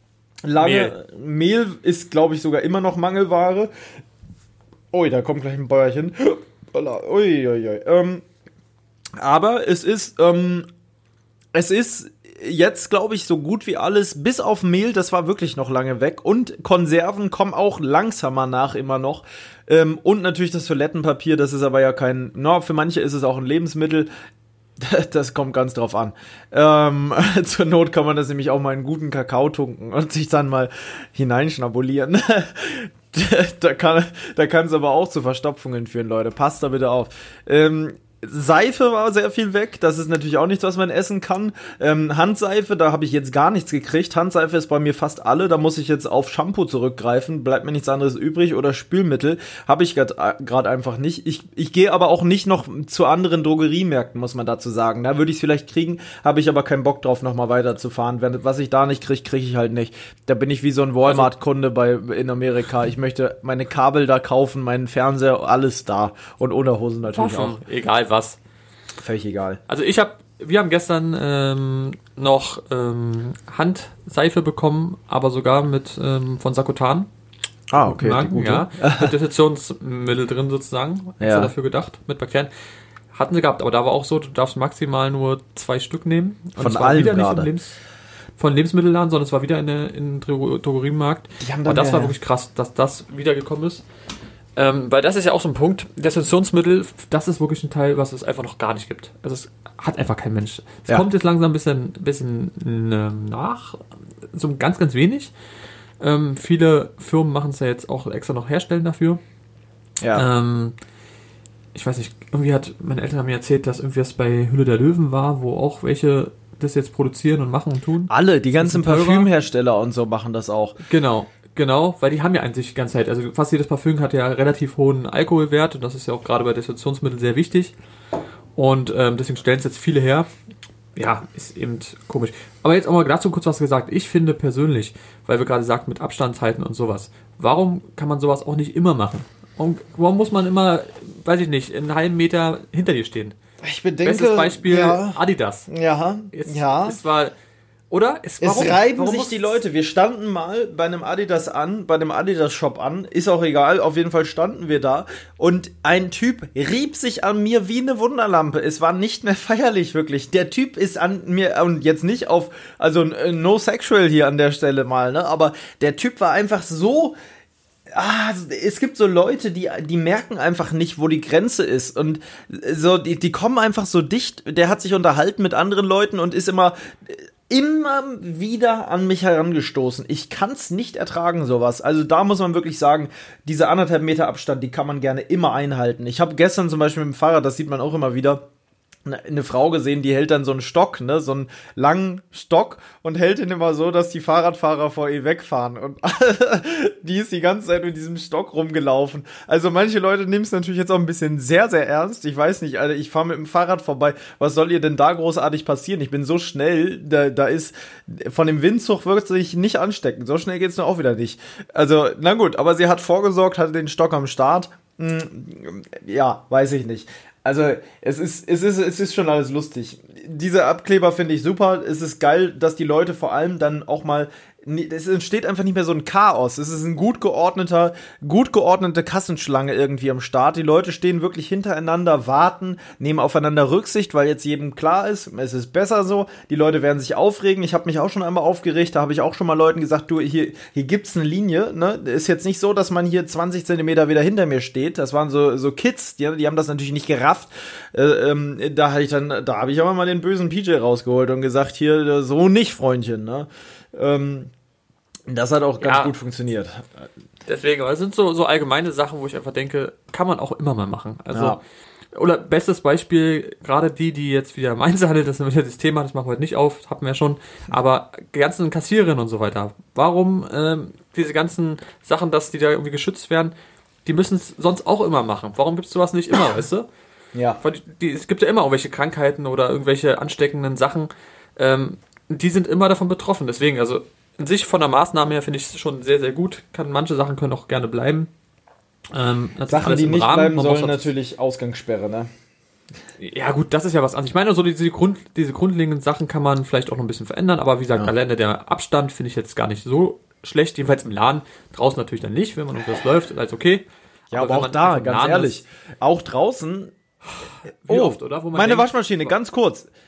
Mehl ist, glaube ich, sogar immer noch Mangelware. Ui, da kommt gleich ein Bäuerchen. Aber es ist es ist jetzt, glaube ich, so gut wie alles, bis auf Mehl, das war wirklich noch lange weg. Und Konserven kommen auch langsamer nach, immer noch. Und natürlich das Toilettenpapier, das ist aber ja für manche ist es auch ein Lebensmittel. Das kommt ganz drauf an. Zur Not kann man das nämlich auch mal in guten Kakao tunken und sich dann mal hineinschnabulieren. Da kann es aber auch zu Verstopfungen führen, Leute. Passt da bitte auf. Seife war sehr viel weg. Das ist natürlich auch nichts, was man essen kann. Handseife, da habe ich jetzt gar nichts gekriegt. Handseife ist bei mir fast alle. Da muss ich jetzt auf Shampoo zurückgreifen. Bleibt mir nichts anderes übrig. Oder Spülmittel habe ich gerade einfach nicht. Ich gehe aber auch nicht noch zu anderen Drogeriemärkten, muss man dazu sagen. Da würde ich es vielleicht kriegen, habe ich aber keinen Bock drauf, nochmal weiterzufahren. Was ich da nicht kriege, kriege ich halt nicht. Da bin ich wie so ein Walmart-Kunde in Amerika. Ich möchte meine Kabel da kaufen, meinen Fernseher, alles da. Und Unterhosen natürlich auch. Egal was. Völlig egal. Also wir haben gestern noch Handseife bekommen, aber sogar von Sakotan. Ah, okay. Marken, ja. Mit Desinfektionsmittel drin sozusagen. Ja. Dafür gedacht, mit Bakterien. Hatten sie gehabt, aber da war auch so, du darfst maximal nur 2 Stück nehmen. Und von allem gerade. Von Lebensmittelladen, sondern es war wieder in einem Drogeriemarkt. Aber das war wirklich krass, dass das wiedergekommen ist. Weil das ist ja auch so ein Punkt, Desinfektionsmittel, das ist wirklich ein Teil, was es einfach noch gar nicht gibt. Also es hat einfach kein Mensch. Es kommt jetzt langsam ein bisschen nach, so ganz, ganz wenig. Viele Firmen machen es ja jetzt auch extra noch herstellen dafür. Ja. Ich weiß nicht, meine Eltern haben mir erzählt, dass irgendwie das bei Hülle der Löwen war, wo auch welche das jetzt produzieren und machen und tun. Alle, die ganzen Parfümhersteller und so machen das auch. Genau, weil die haben ja eigentlich die ganze Zeit, also fast jedes Parfüm hat ja relativ hohen Alkoholwert und das ist ja auch gerade bei Desinfektionsmitteln sehr wichtig und deswegen stellen es jetzt viele her. Ja, ist eben komisch. Aber jetzt auch mal dazu kurz was gesagt. Ich finde persönlich, weil wir gerade sagten mit Abstandshalten und sowas, warum kann man sowas auch nicht immer machen? Und warum muss man immer, weiß ich nicht, einen halben Meter hinter dir stehen? Ich bedenke, bestes Beispiel Adidas. Ja. Es war... Oder? Es reiben sich die Leute. Wir standen mal bei dem Adidas-Shop an. Ist auch egal, auf jeden Fall standen wir da. Und ein Typ rieb sich an mir wie eine Wunderlampe. Es war nicht mehr feierlich, wirklich. Der Typ ist an mir, und jetzt nicht also no sexual hier an der Stelle mal, ne? Aber der Typ war einfach so... es gibt so Leute, die merken einfach nicht, wo die Grenze ist und so, die kommen einfach so dicht. Der hat sich unterhalten mit anderen Leuten und ist immer wieder an mich herangestoßen. Ich kann's nicht ertragen, sowas. Also da muss man wirklich sagen, diese 1,5 Meter Abstand, die kann man gerne immer einhalten. Ich habe gestern zum Beispiel mit dem Fahrrad, das sieht man auch immer wieder, eine Frau gesehen, die hält dann so einen Stock, ne, so einen langen Stock und hält ihn immer so, dass die Fahrradfahrer vor ihr wegfahren und die ist die ganze Zeit mit diesem Stock rumgelaufen. Also manche Leute nehmen es natürlich jetzt auch ein bisschen sehr, sehr ernst. Ich weiß nicht, Alter, ich fahre mit dem Fahrrad vorbei. Was soll ihr denn da großartig passieren? Ich bin so schnell, da ist von dem Windzug wirklich nicht anstecken. So schnell geht's nur auch wieder nicht. Also, na gut, aber sie hat vorgesorgt, hatte den Stock am Start. Ja, weiß ich nicht. Also, es ist schon alles lustig. Diese Abkleber finde ich super. Es ist geil, dass die Leute vor allem dann auch mal, es entsteht einfach nicht mehr so ein Chaos. Es ist ein gut geordnete Kassenschlange irgendwie am Start. Die Leute stehen wirklich hintereinander, warten, nehmen aufeinander Rücksicht, weil jetzt jedem klar ist, es ist besser so. Die Leute werden sich aufregen. Ich habe mich auch schon einmal aufgeregt. Da habe ich auch schon mal Leuten gesagt, du, hier gibt's eine Linie. Ne? Ist jetzt nicht so, dass man hier 20 Zentimeter wieder hinter mir steht. Das waren so Kids, die haben das natürlich nicht gerafft. Da habe ich aber mal den bösen PJ rausgeholt und gesagt, hier, so nicht, Freundchen, ne? Das hat auch ganz gut funktioniert. Deswegen, aber es sind so allgemeine Sachen, wo ich einfach denke, kann man auch immer mal machen. Also, oder bestes Beispiel, gerade die jetzt wieder im Einzelhandel, das ist nämlich das Thema, das machen wir heute nicht auf, das hatten wir ja schon, aber die ganzen Kassiererinnen und so weiter. Warum diese ganzen Sachen, dass die da irgendwie geschützt werden, die müssen es sonst auch immer machen. Warum gibt es sowas nicht immer, weißt du? Ja. Weil es gibt ja immer irgendwelche Krankheiten oder irgendwelche ansteckenden Sachen, die sind immer davon betroffen. Deswegen, also in sich von der Maßnahme her finde ich es schon sehr, sehr gut. Manche Sachen können auch gerne bleiben. Sachen, die nicht bleiben sollen, natürlich Ausgangssperre, ne? Ja gut, das ist ja was anderes. Ich meine, so diese grundlegenden Sachen kann man vielleicht auch noch ein bisschen verändern, aber wie gesagt, alleine der Abstand finde ich jetzt gar nicht so schlecht, jedenfalls im Laden. Draußen natürlich dann nicht, wenn man irgendwas läuft, ist alles okay. Ja, aber auch da, ganz ehrlich, auch draußen. Wie oft, oder? Wo man meine Waschmaschine, ganz kurz.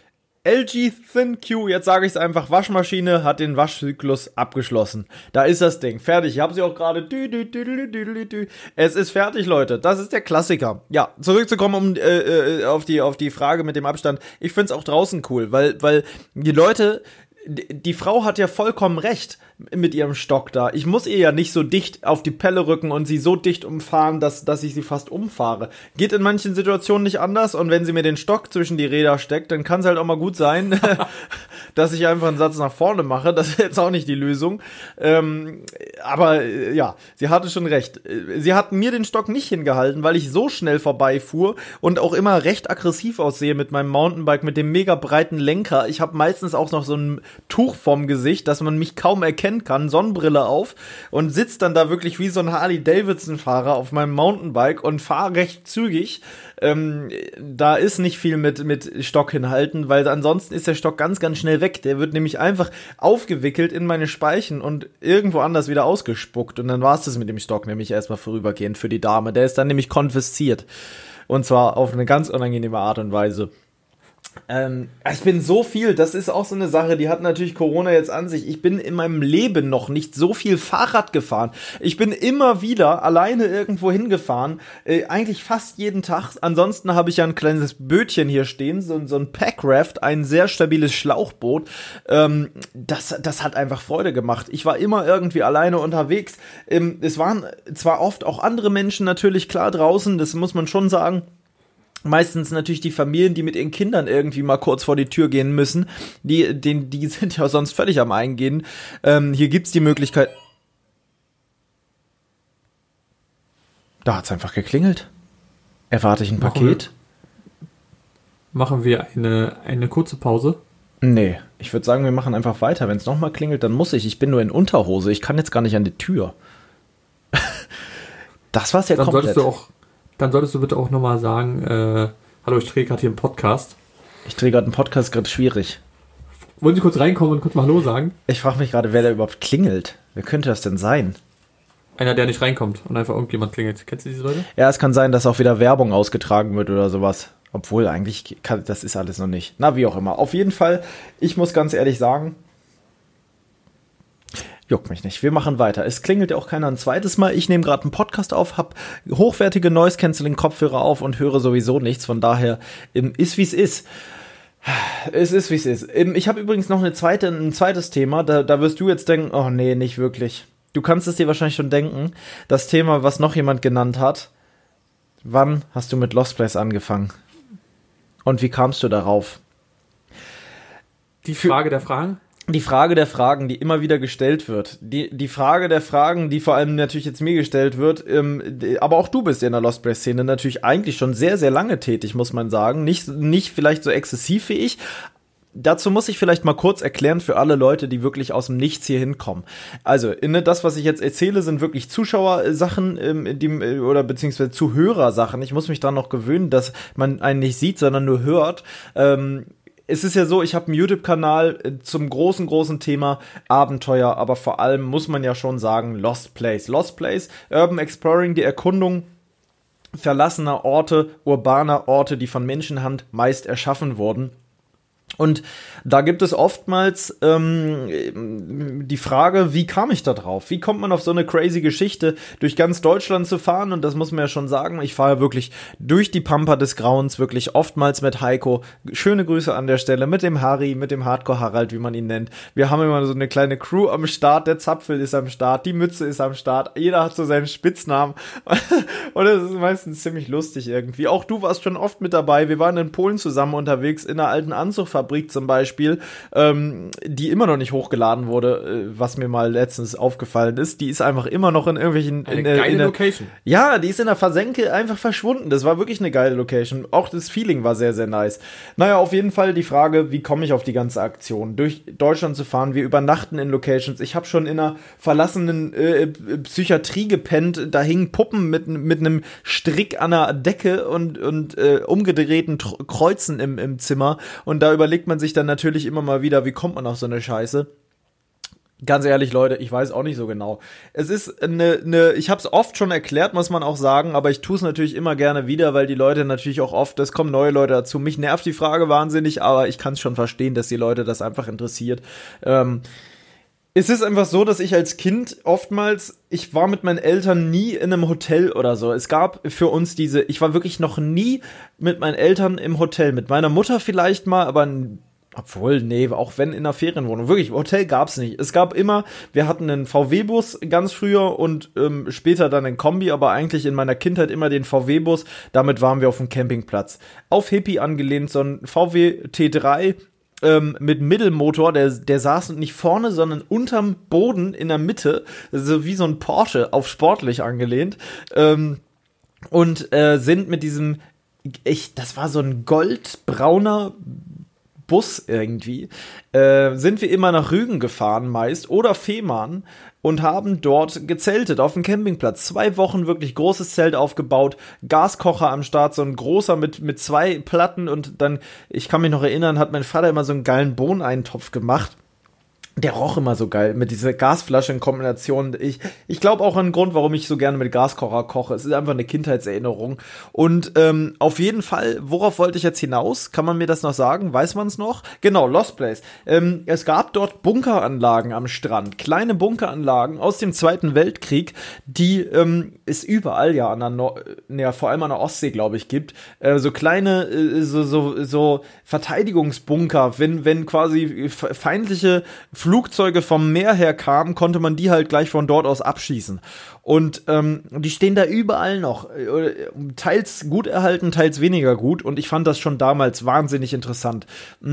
LG ThinQ, jetzt sage ich es einfach, Waschmaschine hat den Waschzyklus abgeschlossen. Da ist das Ding, fertig. Ich habe sie auch gerade. Es ist fertig, Leute. Das ist der Klassiker. Ja, zurückzukommen auf die Frage mit dem Abstand. Ich find's auch draußen cool, weil die Leute, die Frau hat ja vollkommen recht mit ihrem Stock da. Ich muss ihr ja nicht so dicht auf die Pelle rücken und sie so dicht umfahren, dass ich sie fast umfahre. Geht in manchen Situationen nicht anders, und wenn sie mir den Stock zwischen die Räder steckt, dann kann es halt auch mal gut sein, dass ich einfach einen Satz nach vorne mache. Das ist jetzt auch nicht die Lösung. Aber ja, sie hatte schon recht. Sie hat mir den Stock nicht hingehalten, weil ich so schnell vorbeifuhr und auch immer recht aggressiv aussehe mit meinem Mountainbike, mit dem mega breiten Lenker. Ich habe meistens auch noch so ein Tuch vorm Gesicht, dass man mich kaum erkennen kann, Sonnenbrille auf, und sitzt dann da wirklich wie so ein Harley-Davidson-Fahrer auf meinem Mountainbike und fahre recht zügig. Da ist nicht viel mit Stock hinhalten, weil ansonsten ist der Stock ganz, ganz schnell weg. Der wird nämlich einfach aufgewickelt in meine Speichen und irgendwo anders wieder ausgespuckt, und dann war es das mit dem Stock nämlich erstmal vorübergehend für die Dame. Der ist dann nämlich konfisziert, und zwar auf eine ganz unangenehme Art und Weise. Ich bin so viel, das ist auch so eine Sache, die hat natürlich Corona jetzt an sich. Ich bin in meinem Leben noch nicht so viel Fahrrad gefahren. Ich bin immer wieder alleine irgendwo hingefahren, eigentlich fast jeden Tag. Ansonsten habe ich ja ein kleines Bötchen hier stehen, so ein Packraft, ein sehr stabiles Schlauchboot. Das hat einfach Freude gemacht. Ich war immer irgendwie alleine unterwegs. Es waren zwar oft auch andere Menschen natürlich klar draußen, das muss man schon sagen. Meistens natürlich die Familien, die mit ihren Kindern irgendwie mal kurz vor die Tür gehen müssen. Die sind ja sonst völlig am Eingehen. Hier gibt's die Möglichkeit. Da hat's einfach geklingelt. Erwarte ich ein Paket? Machen wir eine kurze Pause? Nee, ich würde sagen, wir machen einfach weiter. Wenn es nochmal klingelt, dann muss ich. Ich bin nur in Unterhose. Ich kann jetzt gar nicht an die Tür. Das war's ja dann komplett. Dann solltest du bitte auch nochmal sagen, hallo, ich drehe gerade hier einen Podcast. Ich drehe gerade einen Podcast, gerade schwierig. Wollen Sie kurz reinkommen und kurz mal Hallo sagen? Ich frage mich gerade, wer da überhaupt klingelt. Wer könnte das denn sein? Einer, der nicht reinkommt und einfach irgendjemand klingelt. Kennst du diese Leute? Ja, es kann sein, dass auch wieder Werbung ausgetragen wird oder sowas. Obwohl, eigentlich das ist alles noch nicht. Na, wie auch immer. Auf jeden Fall, ich muss ganz ehrlich sagen, juckt mich nicht. Wir machen weiter. Es klingelt ja auch keiner ein zweites Mal. Ich nehme gerade einen Podcast auf, habe hochwertige Noise-Canceling-Kopfhörer auf und höre sowieso nichts. Von daher ist, wie es ist. Es ist, wie es ist. Ich habe übrigens noch ein zweites Thema. Da wirst du jetzt denken, oh nee, nicht wirklich. Du kannst es dir wahrscheinlich schon denken. Das Thema, was noch jemand genannt hat. Wann hast du mit Lost Place angefangen? Und wie kamst du darauf? Die Frage der Fragen? Die Frage der Fragen, die immer wieder gestellt wird. Die Frage der Fragen, die vor allem natürlich jetzt mir gestellt wird, aber auch du bist in der Lost Place-Szene natürlich eigentlich schon sehr, sehr lange tätig, muss man sagen. Nicht vielleicht so exzessiv wie ich. Dazu muss ich vielleicht mal kurz erklären für alle Leute, die wirklich aus dem Nichts hier hinkommen. Also, das, was ich jetzt erzähle, sind wirklich Zuschauersachen, oder beziehungsweise Zuhörersachen. Ich muss mich daran noch gewöhnen, dass man einen nicht sieht, sondern nur hört. Es ist ja so, ich habe einen YouTube-Kanal zum großen Thema Abenteuer, aber vor allem muss man ja schon sagen, Lost Place. Lost Place, Urban Exploring, die Erkundung verlassener Orte, urbaner Orte, die von Menschenhand meist erschaffen wurden. Und da gibt es oftmals die Frage, wie kam ich da drauf? Wie kommt man auf so eine crazy Geschichte, durch ganz Deutschland zu fahren? Und das muss man ja schon sagen, ich fahre wirklich durch die Pampa des Grauens, wirklich oftmals mit Heiko. Schöne Grüße an der Stelle, mit dem Harry, mit dem Hardcore Harald, wie man ihn nennt. Wir haben immer so eine kleine Crew am Start, der Zapfel ist am Start, die Mütze ist am Start, jeder hat so seinen Spitznamen. Und das ist meistens ziemlich lustig irgendwie. Auch du warst schon oft mit dabei, wir waren in Polen zusammen unterwegs, in einer alten Anzugfabrik zum Beispiel, die immer noch nicht hochgeladen wurde, was mir mal letztens aufgefallen ist. Die ist einfach immer noch in irgendwelchen... geile Location. Ja, die ist in der Versenke einfach verschwunden. Das war wirklich eine geile Location. Auch das Feeling war sehr, sehr nice. Naja, auf jeden Fall die Frage, wie komme ich auf die ganze Aktion? Durch Deutschland zu fahren, wir übernachten in Locations. Ich habe schon in einer verlassenen Psychiatrie gepennt. Da hingen Puppen mit einem Strick an der Decke und umgedrehten Kreuzen im Zimmer. Und da überlegt man sich dann natürlich immer mal wieder, wie kommt man auf so eine Scheiße. Ganz ehrlich, Leute, ich weiß auch nicht so genau. Es ist ich habe es oft schon erklärt, muss man auch sagen, aber ich tue es natürlich immer gerne wieder, weil die Leute natürlich auch oft, es kommen neue Leute dazu. Mich nervt die Frage wahnsinnig, aber ich kann es schon verstehen, dass die Leute das einfach interessiert. Es ist einfach so, dass ich als Kind oftmals, ich war mit meinen Eltern nie in einem Hotel oder so. Es gab für uns ich war wirklich noch nie mit meinen Eltern im Hotel. Mit meiner Mutter vielleicht mal, aber obwohl, nee, auch wenn in einer Ferienwohnung. Wirklich, Hotel gab's nicht. Es gab immer, wir hatten einen VW-Bus ganz früher und später dann einen Kombi, aber eigentlich in meiner Kindheit immer den VW-Bus. Damit waren wir auf dem Campingplatz. Auf Hippie angelehnt, so ein VW T3 mit Mittelmotor, der saß nicht vorne, sondern unterm Boden in der Mitte, so wie so ein Porsche auf sportlich angelehnt. Und sind mit diesem, das war so ein goldbrauner Bus irgendwie, sind wir immer nach Rügen gefahren meist oder Fehmarn und haben dort gezeltet auf dem Campingplatz. 2 Wochen wirklich großes Zelt aufgebaut, Gaskocher am Start, so ein großer mit 2 Platten und dann, ich kann mich noch erinnern, hat mein Vater immer so einen geilen Bohneneintopf gemacht. Der roch immer so geil, mit dieser Gasflasche in Kombination. Ich glaube auch ein Grund, warum ich so gerne mit Gaskocher koche. Es ist einfach eine Kindheitserinnerung. Und auf jeden Fall, worauf wollte ich jetzt hinaus? Kann man mir das noch sagen? Weiß man es noch? Genau, Lost Place. Es gab dort Bunkeranlagen am Strand. Kleine Bunkeranlagen aus dem Zweiten Weltkrieg, die es überall ja vor allem an der Ostsee, glaube ich, gibt. So kleine, so Verteidigungsbunker, wenn quasi feindliche Flugzeuge vom Meer her kamen, konnte man die halt gleich von dort aus abschießen. Und die stehen da überall noch. Teils gut erhalten, teils weniger gut. Und ich fand das schon damals wahnsinnig interessant.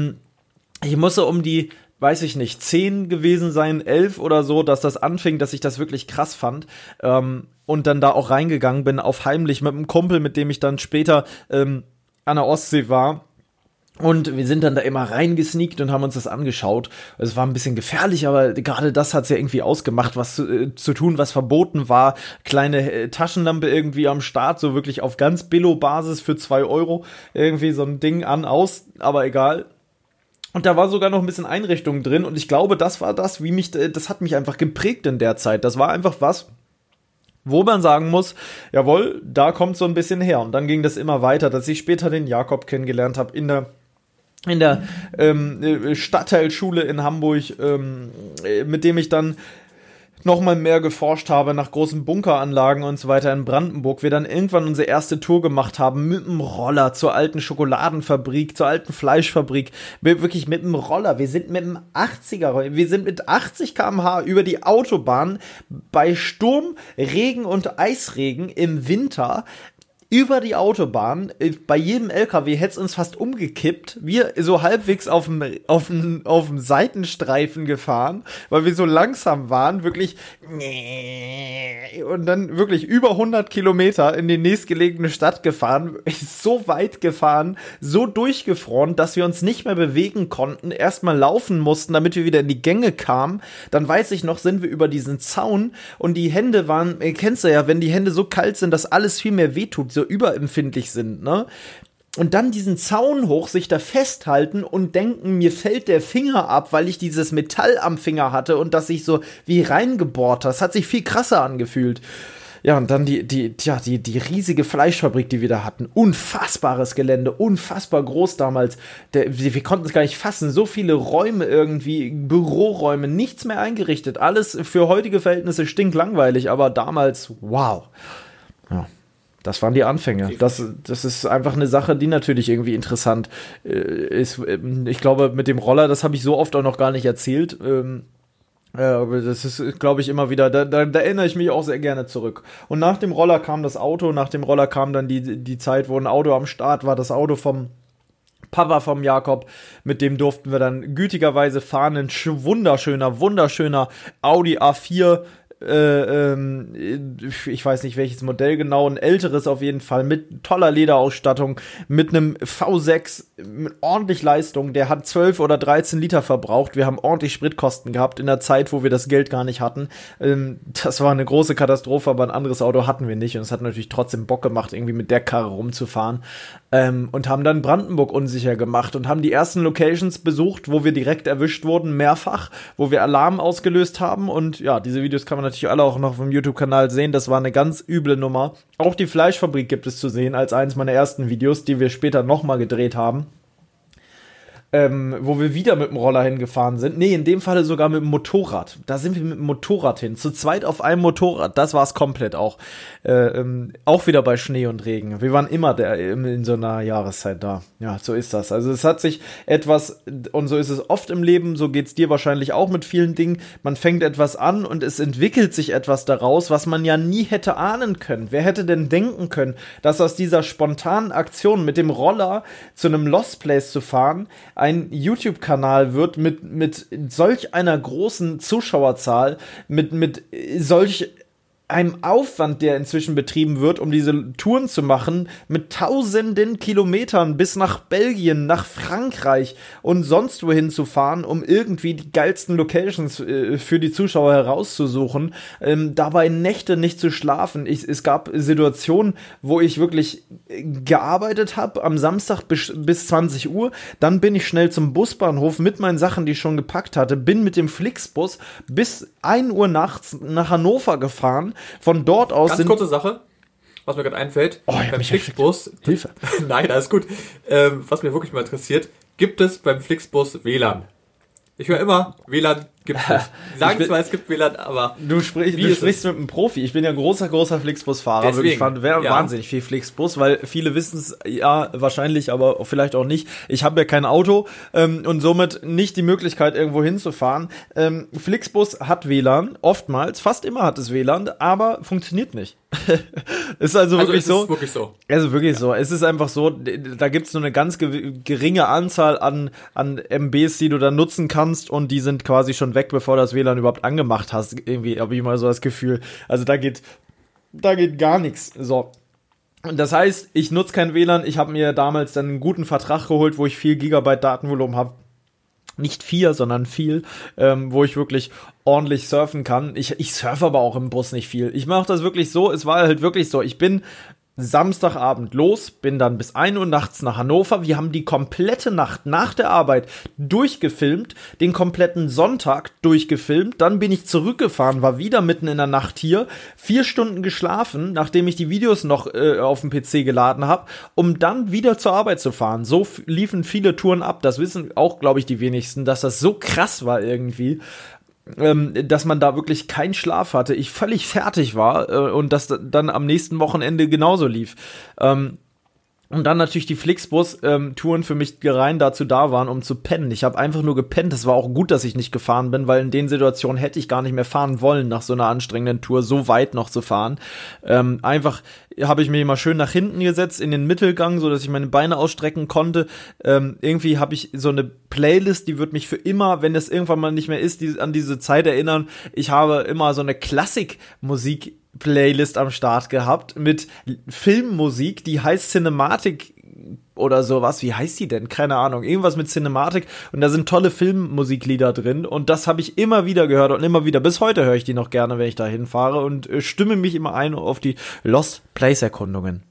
Ich musste um die, weiß ich nicht, 10 gewesen sein, 11 oder so, dass das anfing, dass ich das wirklich krass fand. Und dann da auch reingegangen bin, auf heimlich mit einem Kumpel, mit dem ich dann später an der Ostsee war. Und wir sind dann da immer reingesneakt und haben uns das angeschaut. Es war ein bisschen gefährlich, aber gerade das hat's ja irgendwie ausgemacht, was zu tun, was verboten war. Kleine Taschenlampe irgendwie am Start, so wirklich auf ganz Billo-Basis für 2 Euro. Irgendwie so ein Ding aus, aber egal. Und da war sogar noch ein bisschen Einrichtung drin und ich glaube, das war das, das hat mich einfach geprägt in der Zeit. Das war einfach was, wo man sagen muss, jawohl, da kommt so ein bisschen her. Und dann ging das immer weiter, dass ich später den Jakob kennengelernt habe in der Stadtteilschule in Hamburg, mit dem ich dann noch mal mehr geforscht habe nach großen Bunkeranlagen und so weiter in Brandenburg. Wir dann irgendwann unsere erste Tour gemacht haben mit dem Roller zur alten Schokoladenfabrik, zur alten Fleischfabrik. Wirklich mit dem Roller. Wir sind mit dem 80er, wir sind mit 80 km/h über die Autobahn bei Sturm, Regen und Eisregen im Winter über die Autobahn, bei jedem LKW hätte es uns fast umgekippt. Wir so halbwegs auf dem Seitenstreifen gefahren, weil wir so langsam waren, wirklich. Und dann wirklich über 100 Kilometer in die nächstgelegene Stadt gefahren, so weit gefahren, so durchgefroren, dass wir uns nicht mehr bewegen konnten, erstmal laufen mussten, damit wir wieder in die Gänge kamen. Dann weiß ich noch, sind wir über diesen Zaun und die Hände waren, kennst du ja, wenn die Hände so kalt sind, dass alles viel mehr wehtut, so überempfindlich sind, ne? Und dann diesen Zaun hoch, sich da festhalten und denken, mir fällt der Finger ab, weil ich dieses Metall am Finger hatte und das sich so wie reingebohrt hat. Das hat sich viel krasser angefühlt. Ja, und dann die riesige Fleischfabrik, die wir da hatten. Unfassbares Gelände, unfassbar groß damals. Wir konnten es gar nicht fassen. So viele Räume irgendwie, Büroräume, nichts mehr eingerichtet. Alles für heutige Verhältnisse stinklangweilig, aber damals, wow. Ja. Das waren die Anfänge. Das ist einfach eine Sache, die natürlich irgendwie interessant ist. Ich glaube, mit dem Roller, das habe ich so oft auch noch gar nicht erzählt. Aber das ist, glaube ich, immer wieder, da erinnere ich mich auch sehr gerne zurück. Und nach dem Roller kam das Auto, nach dem Roller kam dann die Zeit, wo ein Auto am Start war, das Auto vom Papa vom Jakob, mit dem durften wir dann gütigerweise fahren, ein wunderschöner Audi A4, ich weiß nicht welches Modell genau, ein älteres auf jeden Fall, mit toller Lederausstattung, mit einem V6, mit ordentlich Leistung, der hat 12 oder 13 Liter verbraucht, wir haben ordentlich Spritkosten gehabt in der Zeit, wo wir das Geld gar nicht hatten, das war eine große Katastrophe, aber ein anderes Auto hatten wir nicht und es hat natürlich trotzdem Bock gemacht, irgendwie mit der Karre rumzufahren. und haben dann Brandenburg unsicher gemacht und haben die ersten Locations besucht, wo wir direkt erwischt wurden, mehrfach, wo wir Alarm ausgelöst haben. Und ja, diese Videos kann man natürlich alle auch noch auf dem YouTube-Kanal sehen. Das war eine ganz üble Nummer. Auch die Fleischfabrik gibt es zu sehen als eines meiner ersten Videos, die wir später nochmal gedreht haben. Wo wir wieder mit dem Roller hingefahren sind. Nee, in dem Falle sogar mit dem Motorrad. Da sind wir mit dem Motorrad hin. Zu zweit auf einem Motorrad. Das war's komplett auch. Auch wieder bei Schnee und Regen. Wir waren immer in so einer Jahreszeit da. Ja, so ist das. Also es hat sich etwas, und so ist es oft im Leben, so geht's dir wahrscheinlich auch mit vielen Dingen. Man fängt etwas an und es entwickelt sich etwas daraus, was man ja nie hätte ahnen können. Wer hätte denn denken können, dass aus dieser spontanen Aktion mit dem Roller zu einem Lost Place zu fahren, ein YouTube-Kanal wird mit solch einer großen Zuschauerzahl, mit solch einem Aufwand, der inzwischen betrieben wird, um diese Touren zu machen, mit tausenden Kilometern bis nach Belgien, nach Frankreich und sonst wohin zu fahren, um irgendwie die geilsten Locations für die Zuschauer herauszusuchen, dabei Nächte nicht zu schlafen. Es gab Situationen, wo ich wirklich gearbeitet habe, am Samstag bis 20 Uhr, dann bin ich schnell zum Busbahnhof mit meinen Sachen, die ich schon gepackt hatte, bin mit dem Flixbus bis 1 Uhr nachts nach Hannover gefahren. Von dort aus Ganz kurze Sache, was mir gerade einfällt. Beim Flixbus. Hilfe. Nein, alles gut. Was mir wirklich mal interessiert, gibt es beim Flixbus WLAN? Ich höre immer, WLAN gibt es nicht. Die sagen zwar, es gibt WLAN, aber du sprichst mit einem Profi. Ich bin ja großer Flixbus-Fahrer. Deswegen, ich fand wahnsinnig viel Flixbus, weil viele wissen es ja wahrscheinlich, aber vielleicht auch nicht. Ich habe ja kein Auto und somit nicht die Möglichkeit, irgendwo hinzufahren. Flixbus hat WLAN, oftmals, fast immer hat es WLAN, aber funktioniert nicht. Ist also wirklich so. Ist wirklich so. Also wirklich so. Es ist einfach so, da gibt es nur eine ganz geringe Anzahl an MBs, die du dann nutzen kannst, und die sind quasi schon weg, bevor du das WLAN überhaupt angemacht hast. Irgendwie habe ich mal so das Gefühl. Also da geht gar nichts. So. Und das heißt, ich nutze kein WLAN. Ich habe mir damals dann einen guten Vertrag geholt, wo ich 4 Gigabyte Datenvolumen habe. Nicht 4, sondern viel, wo ich wirklich ordentlich surfen kann. Ich surfe aber auch im Bus nicht viel. Ich mache das wirklich so, es war halt wirklich so, ich bin Samstagabend los, bin dann bis 1 Uhr nachts nach Hannover. Wir haben die komplette Nacht nach der Arbeit durchgefilmt, den kompletten Sonntag durchgefilmt. Dann bin ich zurückgefahren, war wieder mitten in der Nacht hier, 4 Stunden geschlafen, nachdem ich die Videos noch auf dem PC geladen habe, um dann wieder zur Arbeit zu fahren. So liefen viele Touren ab. Das wissen auch, glaube ich, die wenigsten, dass das so krass war irgendwie. Dass man da wirklich keinen Schlaf hatte, ich völlig fertig war und das dann am nächsten Wochenende genauso lief. Und dann natürlich die Flixbus-Touren für mich rein dazu da waren, um zu pennen. Ich habe einfach nur gepennt. Das war auch gut, dass ich nicht gefahren bin, weil in den Situationen hätte ich gar nicht mehr fahren wollen, nach so einer anstrengenden Tour so weit noch zu fahren. Einfach habe ich mich immer schön nach hinten gesetzt, in den Mittelgang, so dass ich meine Beine ausstrecken konnte. Irgendwie habe ich so eine Playlist, die wird mich für immer, wenn das irgendwann mal nicht mehr ist, an diese Zeit erinnern. Ich habe immer so eine Klassikmusik Playlist am Start gehabt mit Filmmusik, die heißt Cinematic oder sowas. Wie heißt die denn? Keine Ahnung. Irgendwas mit Cinematic, und da sind tolle Filmmusiklieder drin, und das habe ich immer wieder gehört und immer wieder. Bis heute höre ich die noch gerne, wenn ich da hinfahre, und stimme mich immer ein auf die Lost Place Erkundungen.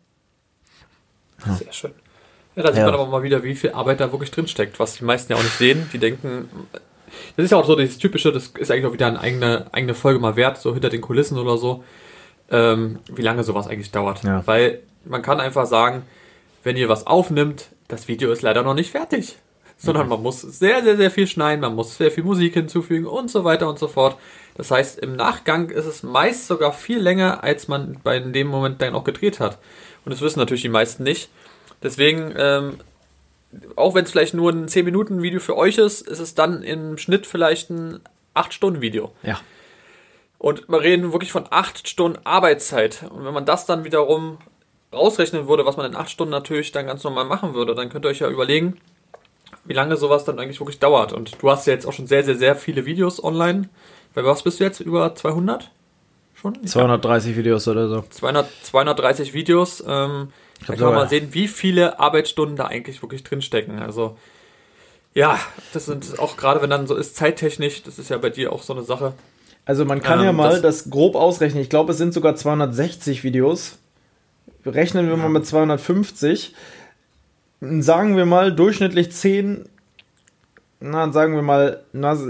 Ja. Sehr schön. Ja, da sieht man aber mal wieder, wie viel Arbeit da wirklich drin steckt, was die meisten ja auch nicht sehen. Die denken, das ist ja auch so dieses Typische, das ist eigentlich auch wieder eine eigene Folge mal wert, so hinter den Kulissen oder so. Wie lange sowas eigentlich dauert. Ja. Weil man kann einfach sagen, wenn ihr was aufnimmt, das Video ist leider noch nicht fertig. Sondern man muss sehr, sehr, sehr viel schneiden, man muss sehr viel Musik hinzufügen und so weiter und so fort. Das heißt, im Nachgang ist es meist sogar viel länger, als man bei dem Moment dann auch gedreht hat. Und das wissen natürlich die meisten nicht. Deswegen, auch wenn es vielleicht nur ein 10-Minuten-Video für euch ist, ist es dann im Schnitt vielleicht ein 8-Stunden-Video. Ja. Und wir reden wirklich von 8 Stunden Arbeitszeit. Und wenn man das dann wiederum rausrechnen würde, was man in 8 Stunden natürlich dann ganz normal machen würde, dann könnt ihr euch ja überlegen, wie lange sowas dann eigentlich wirklich dauert. Und du hast ja jetzt auch schon sehr, sehr, sehr viele Videos online. Bei was bist du jetzt? Über 200? Schon? 230 Videos oder so. 230 Videos. Da kann man mal sehen, wie viele Arbeitsstunden da eigentlich wirklich drinstecken. Also, ja, das sind auch gerade, wenn dann so ist, zeittechnisch, das ist ja bei dir auch so eine Sache. Also man kann ja mal das grob ausrechnen. Ich glaube, es sind sogar 260 Videos. Rechnen wir mal mit 250. sagen wir mal, durchschnittlich 10, sagen wir mal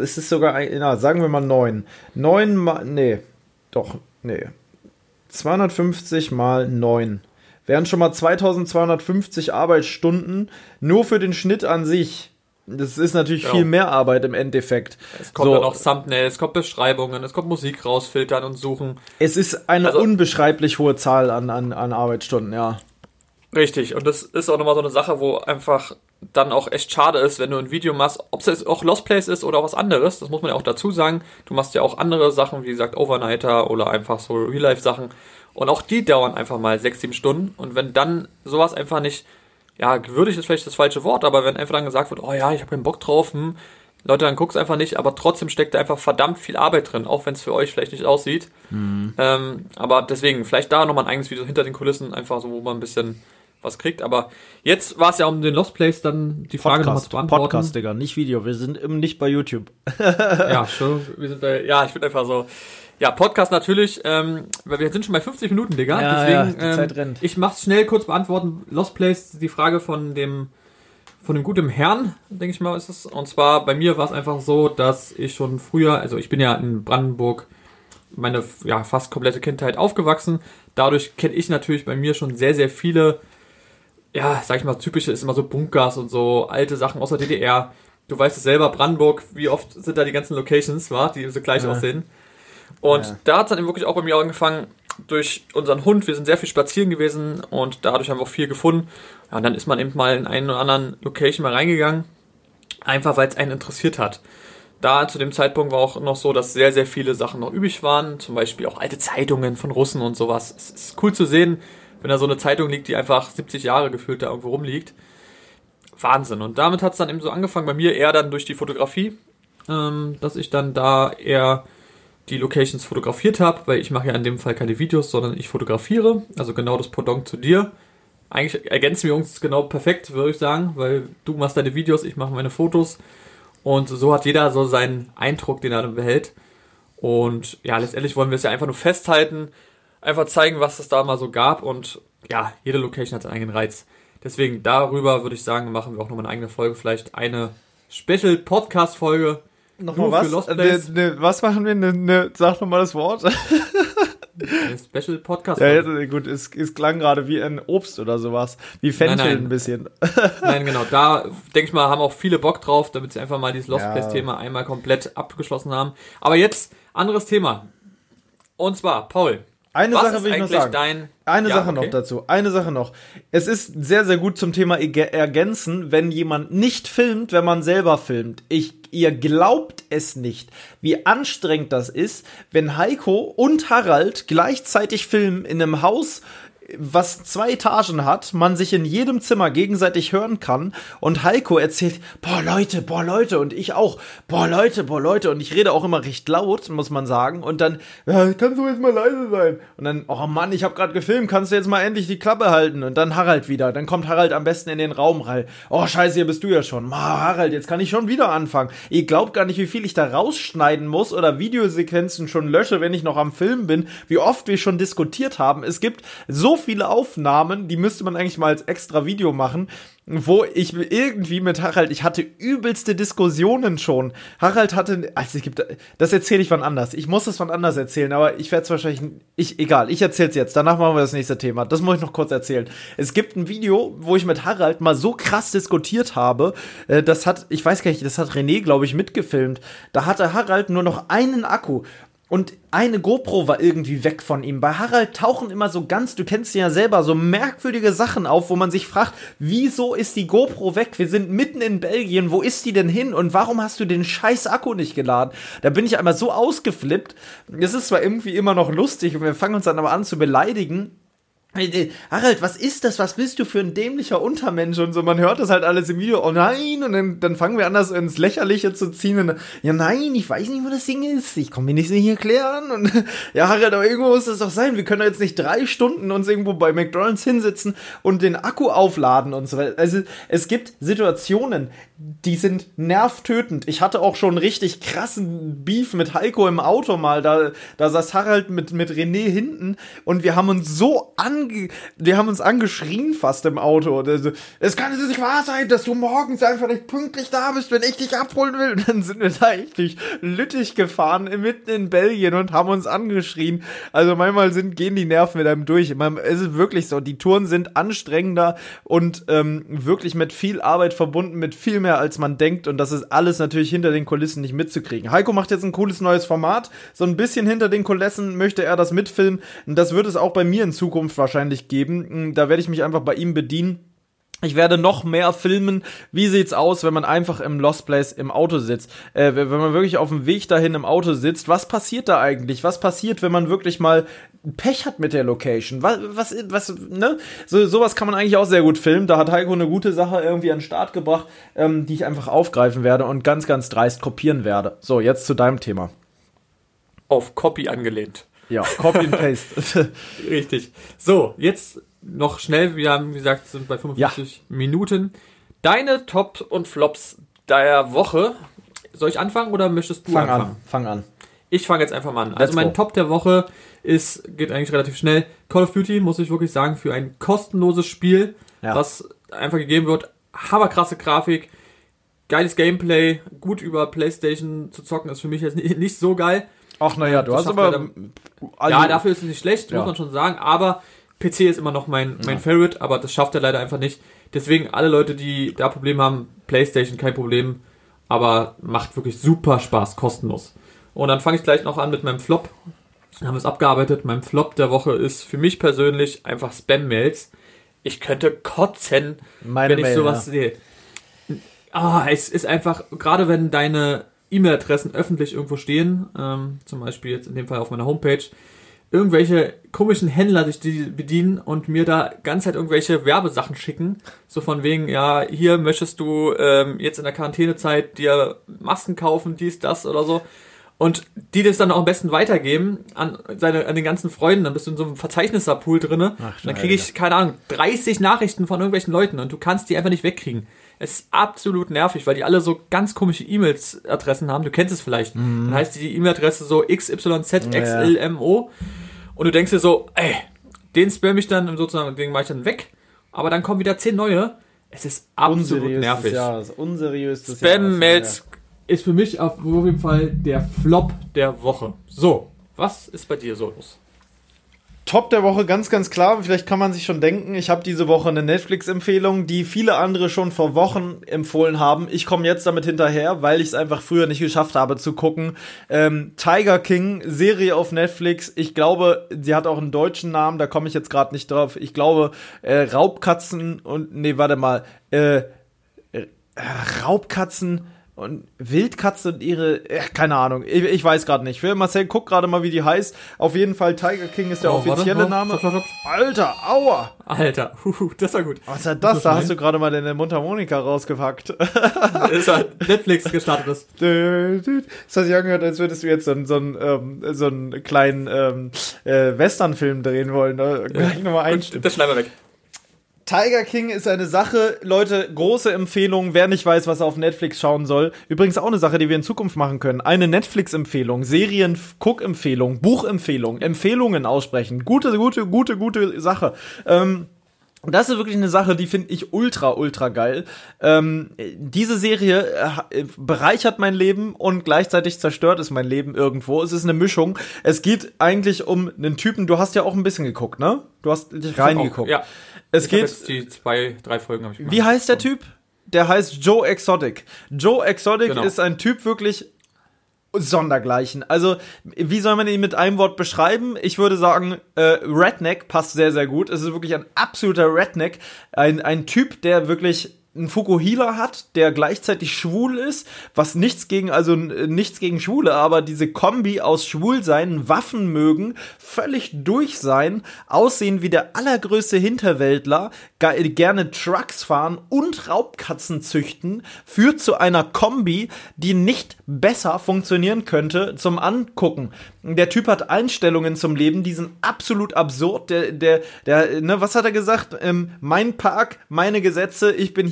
9. 250 mal 9. Wären schon mal 2250 Arbeitsstunden nur für den Schnitt an sich. Das ist natürlich viel mehr Arbeit im Endeffekt. Es kommt dann auch Thumbnails, es kommt Beschreibungen, es kommt Musik rausfiltern und suchen. Es ist eine unbeschreiblich hohe Zahl an Arbeitsstunden, ja. Richtig, und das ist auch nochmal so eine Sache, wo einfach dann auch echt schade ist, wenn du ein Video machst, ob es jetzt auch Lost Place ist oder auch was anderes, das muss man ja auch dazu sagen. Du machst ja auch andere Sachen, wie gesagt Overnighter oder einfach so Real-Life-Sachen, und auch die dauern einfach mal 6-7 Stunden, und wenn dann sowas einfach nicht, ja, gewürdigt ist vielleicht das falsche Wort, aber wenn einfach dann gesagt wird, oh ja, ich habe keinen Bock drauf, Leute, dann guck's einfach nicht, aber trotzdem steckt da einfach verdammt viel Arbeit drin, auch wenn es für euch vielleicht nicht aussieht. Aber deswegen, vielleicht da nochmal ein eigenes Video hinter den Kulissen, einfach so, wo man ein bisschen was kriegt. Aber jetzt war es ja um den Lost Place dann die Frage nochmal zu beantworten. Podcast, Digga, nicht Video, wir sind nicht bei YouTube. Ja, schon, wir sind bei, ja, ich bin einfach so, ja, Podcast natürlich, weil wir sind schon bei 50 Minuten, Digga. Ja, deswegen, die Zeit rennt. Ich mach's schnell kurz beantworten. Lost Place, die Frage von dem guten Herrn, denke ich mal, ist es. Und zwar, bei mir war es einfach so, dass ich schon früher, also ich bin ja in Brandenburg meine fast komplette Kindheit aufgewachsen. Dadurch kenne ich natürlich bei mir schon sehr, sehr viele, ja, sag ich mal, typische ist immer so Bunkers und so alte Sachen aus der DDR. Du weißt es selber, Brandenburg, wie oft sind da die ganzen Locations, die so gleich aussehen. Und da hat es dann eben wirklich auch bei mir angefangen, durch unseren Hund, wir sind sehr viel spazieren gewesen und dadurch haben wir auch viel gefunden. Ja, und dann ist man eben mal in einen oder anderen Location mal reingegangen, einfach weil es einen interessiert hat. Da zu dem Zeitpunkt war auch noch so, dass sehr, sehr viele Sachen noch übrig waren, zum Beispiel auch alte Zeitungen von Russen und sowas. Es ist cool zu sehen, wenn da so eine Zeitung liegt, die einfach 70 Jahre gefühlt da irgendwo rumliegt. Wahnsinn. Und damit hat es dann eben so angefangen, bei mir eher dann durch die Fotografie, dass ich dann da eher die Locations fotografiert habe, weil ich mache ja in dem Fall keine Videos, sondern ich fotografiere, also genau das Pendant zu dir. Eigentlich ergänzen wir uns genau perfekt, würde ich sagen, weil du machst deine Videos, ich mache meine Fotos und so hat jeder so seinen Eindruck, den er dann behält. Und ja, letztendlich wollen wir es ja einfach nur festhalten, einfach zeigen, was es da mal so gab, und ja, jede Location hat seinen eigenen Reiz. Deswegen darüber würde ich sagen, machen wir auch nochmal eine eigene Folge, vielleicht eine Special-Podcast-Folge. Nochmal was? Was machen wir? Sag nochmal das Wort. Eine Special-Podcast. Ja, gut, es klang gerade wie ein Obst oder sowas. Wie Fenchel ein bisschen. Nein, genau. Da, denke ich mal, haben auch viele Bock drauf, damit sie einfach mal dieses Lost Place-Thema einmal komplett abgeschlossen haben. Aber jetzt, anderes Thema. Und zwar, Paul. Eine Sache will ich noch sagen. Eine Sache noch dazu. Eine Sache noch. Es ist sehr, sehr gut zum Thema ergänzen, wenn jemand nicht filmt, wenn man selber filmt. Ihr glaubt es nicht, wie anstrengend das ist, wenn Heiko und Harald gleichzeitig filmen in einem Haus, was 2 Etagen hat, man sich in jedem Zimmer gegenseitig hören kann, und Heiko erzählt, boah Leute, und ich auch, boah Leute, und ich rede auch immer recht laut, muss man sagen, und dann, ja, kannst du jetzt mal leise sein, und dann, oh Mann, ich habe gerade gefilmt, kannst du jetzt mal endlich die Klappe halten, und dann Harald wieder, dann kommt Harald am besten in den Raum rein, oh scheiße, hier bist du ja schon, Harald, jetzt kann ich schon wieder anfangen, ihr glaubt gar nicht, wie viel ich da rausschneiden muss oder Videosequenzen schon lösche, wenn ich noch am Film bin, wie oft wir schon diskutiert haben. Es gibt so viele Aufnahmen, die müsste man eigentlich mal als extra Video machen, wo ich irgendwie mit Harald, ich hatte übelste Diskussionen schon. Harald hatte, das erzähle ich wann anders. Ich muss es wann anders erzählen, aber ich werde es wahrscheinlich, egal, ich erzähl's jetzt. Danach machen wir das nächste Thema. Das muss ich noch kurz erzählen. Es gibt ein Video, wo ich mit Harald mal so krass diskutiert habe, ich weiß gar nicht, das hat René, glaube ich, mitgefilmt. Da hatte Harald nur noch einen Akku. Und eine GoPro war irgendwie weg von ihm. Bei Harald tauchen immer so du kennst ihn ja selber, so merkwürdige Sachen auf, wo man sich fragt, wieso ist die GoPro weg? Wir sind mitten in Belgien, wo ist die denn hin? Und warum hast du den scheiß Akku nicht geladen? Da bin ich einmal so ausgeflippt. Das ist zwar irgendwie immer noch lustig und wir fangen uns dann aber an zu beleidigen. Harald, was ist das? Was bist du für ein dämlicher Untermensch? Und so, man hört das halt alles im Video. Oh nein, und dann fangen wir an, das ins Lächerliche zu ziehen. Und, ja nein, ich weiß nicht, wo das Ding ist. Ich kann mir nicht erklären. Und ja, Harald, aber irgendwo muss das doch sein. Wir können doch jetzt nicht 3 Stunden uns irgendwo bei McDonald's hinsetzen und den Akku aufladen und so weiter. Also es gibt Situationen, die sind nervtötend. Ich hatte auch schon richtig krassen Beef mit Heiko im Auto mal. Da saß Harald mit René hinten und wir haben uns so angeschrien fast im Auto. Es kann nicht wahr sein, dass du morgens einfach nicht pünktlich da bist, wenn ich dich abholen will. Und dann sind wir da echt durch Lüttich gefahren, mitten in Belgien und haben uns angeschrien. Also manchmal gehen die Nerven mit einem durch. Es ist wirklich so, die Touren sind anstrengender und wirklich mit viel Arbeit verbunden, mit viel mehr als man denkt. Und das ist alles natürlich hinter den Kulissen nicht mitzukriegen. Heiko macht jetzt ein cooles neues Format. So ein bisschen hinter den Kulissen möchte er das mitfilmen. Und das wird es auch bei mir in Zukunft wahrscheinlich geben. Da werde ich mich einfach bei ihm bedienen. Ich werde noch mehr filmen. Wie sieht's aus, wenn man einfach im Lost Place im Auto sitzt? Wenn man wirklich auf dem Weg dahin im Auto sitzt, was passiert da eigentlich? Was passiert, wenn man wirklich mal Pech hat mit der Location? Ne? Sowas kann man eigentlich auch sehr gut filmen. Da hat Heiko eine gute Sache irgendwie an den Start gebracht, die ich einfach aufgreifen werde und ganz, ganz dreist kopieren werde. So, jetzt zu deinem Thema. Auf Copy angelehnt. Ja, Copy and Paste. Richtig. So, jetzt noch schnell, wir haben gesagt, sind bei 55 Minuten. Deine Top und Flops der Woche. Soll ich anfangen oder möchtest du anfangen? Fang an. Ich fange jetzt einfach mal an. Also mein Top der Woche geht eigentlich relativ schnell. Call of Duty, muss ich wirklich sagen, für ein kostenloses Spiel, was einfach gegeben wird. Hammerkrasse Grafik, geiles Gameplay, gut über PlayStation zu zocken, ist für mich jetzt nicht so geil. Ach naja, du hast aber... ja, dafür ist es nicht schlecht, muss man schon sagen, aber PC ist immer noch mein Favorite, aber das schafft er leider einfach nicht. Deswegen alle Leute, die da Probleme haben, PlayStation kein Problem, aber macht wirklich super Spaß, kostenlos. Und dann fange ich gleich noch an mit meinem Flop. Dann haben wir es abgearbeitet. Mein Flop der Woche ist für mich persönlich einfach Spam-Mails. Ich könnte kotzen, wenn ich sowas sehe. Es ist einfach, gerade wenn deine E-Mail-Adressen öffentlich irgendwo stehen, zum Beispiel jetzt in dem Fall auf meiner Homepage, irgendwelche komischen Händler sich die bedienen und mir da ganz halt irgendwelche Werbesachen schicken, so von wegen, ja, hier möchtest du jetzt in der Quarantänezeit dir Masken kaufen, dies, das oder so, und die das dann auch am besten weitergeben an den ganzen Freunden, dann bist du in so einem Verzeichnispool drinne, dann kriege ich, keine Ahnung, 30 Nachrichten von irgendwelchen Leuten und du kannst die einfach nicht wegkriegen. Es ist absolut nervig, weil die alle so ganz komische E-Mail-Adressen haben. Du kennst es vielleicht. Dann heißt die E-Mail-Adresse so XYZXLMO. Und du denkst dir so, den spam ich dann sozusagen, den mache ich dann weg. Aber dann kommen wieder 10 neue. Es ist absolut nervig. Unseriös des Spam-Mails ist für mich auf jeden Fall der Flop der Woche. So, was ist bei dir so los? Top der Woche, ganz, ganz klar. Vielleicht kann man sich schon denken, ich habe diese Woche eine Netflix-Empfehlung, die viele andere schon vor Wochen empfohlen haben. Ich komme jetzt damit hinterher, weil ich es einfach früher nicht geschafft habe zu gucken. Tiger King, Serie auf Netflix. Ich glaube, sie hat auch einen deutschen Namen, da komme ich jetzt gerade nicht drauf. Ich glaube, Raubkatzen und Wildkatze und ihre, keine Ahnung, ich weiß gerade nicht. Marcel, guck gerade mal, wie die heißt. Auf jeden Fall, Tiger King ist der offizielle Name. Stopp. Alter, aua! Alter, das war gut. Was ist das? Da hast du gerade mal deine Mundharmonika rausgepackt. Das hat Netflix gestartet. Das hat sich angehört, als würdest du jetzt so einen kleinen Western-Film drehen wollen. Ne? Gleich nochmal einstimmen. Das schneiden wir weg. Tiger King ist eine Sache, Leute, große Empfehlung, wer nicht weiß, was er auf Netflix schauen soll. Übrigens auch eine Sache, die wir in Zukunft machen können. Eine Netflix-Empfehlung, Serien-Guck-Empfehlung, Buchempfehlung, Empfehlungen aussprechen. Gute Sache. Das ist wirklich eine Sache, die finde ich ultra geil. Diese Serie bereichert mein Leben und gleichzeitig zerstört es mein Leben irgendwo. Es ist eine Mischung. Es geht eigentlich um einen Typen, du hast ja auch ein bisschen geguckt, ne? Du hast dich reingeguckt. Ja. Es geht. Jetzt die 2-3 Folgen habe ich gemacht. Wie heißt der Typ? Der heißt Joe Exotic. Joe Exotic ist ein Typ wirklich sondergleichen. Also, wie soll man ihn mit einem Wort beschreiben? Ich würde sagen, Redneck passt sehr, sehr gut. Es ist wirklich ein absoluter Redneck. Ein Typ, der wirklich einen Fukuhila hat, der gleichzeitig schwul ist, was nichts gegen Schwule, aber diese Kombi aus Schwulsein, Waffen mögen, völlig durch sein, aussehen wie der allergrößte Hinterwäldler, gerne Trucks fahren und Raubkatzen züchten, führt zu einer Kombi, die nicht besser funktionieren könnte zum Angucken. Der Typ hat Einstellungen zum Leben, die sind absolut absurd. Was hat er gesagt? Mein Park, meine Gesetze, ich bin hier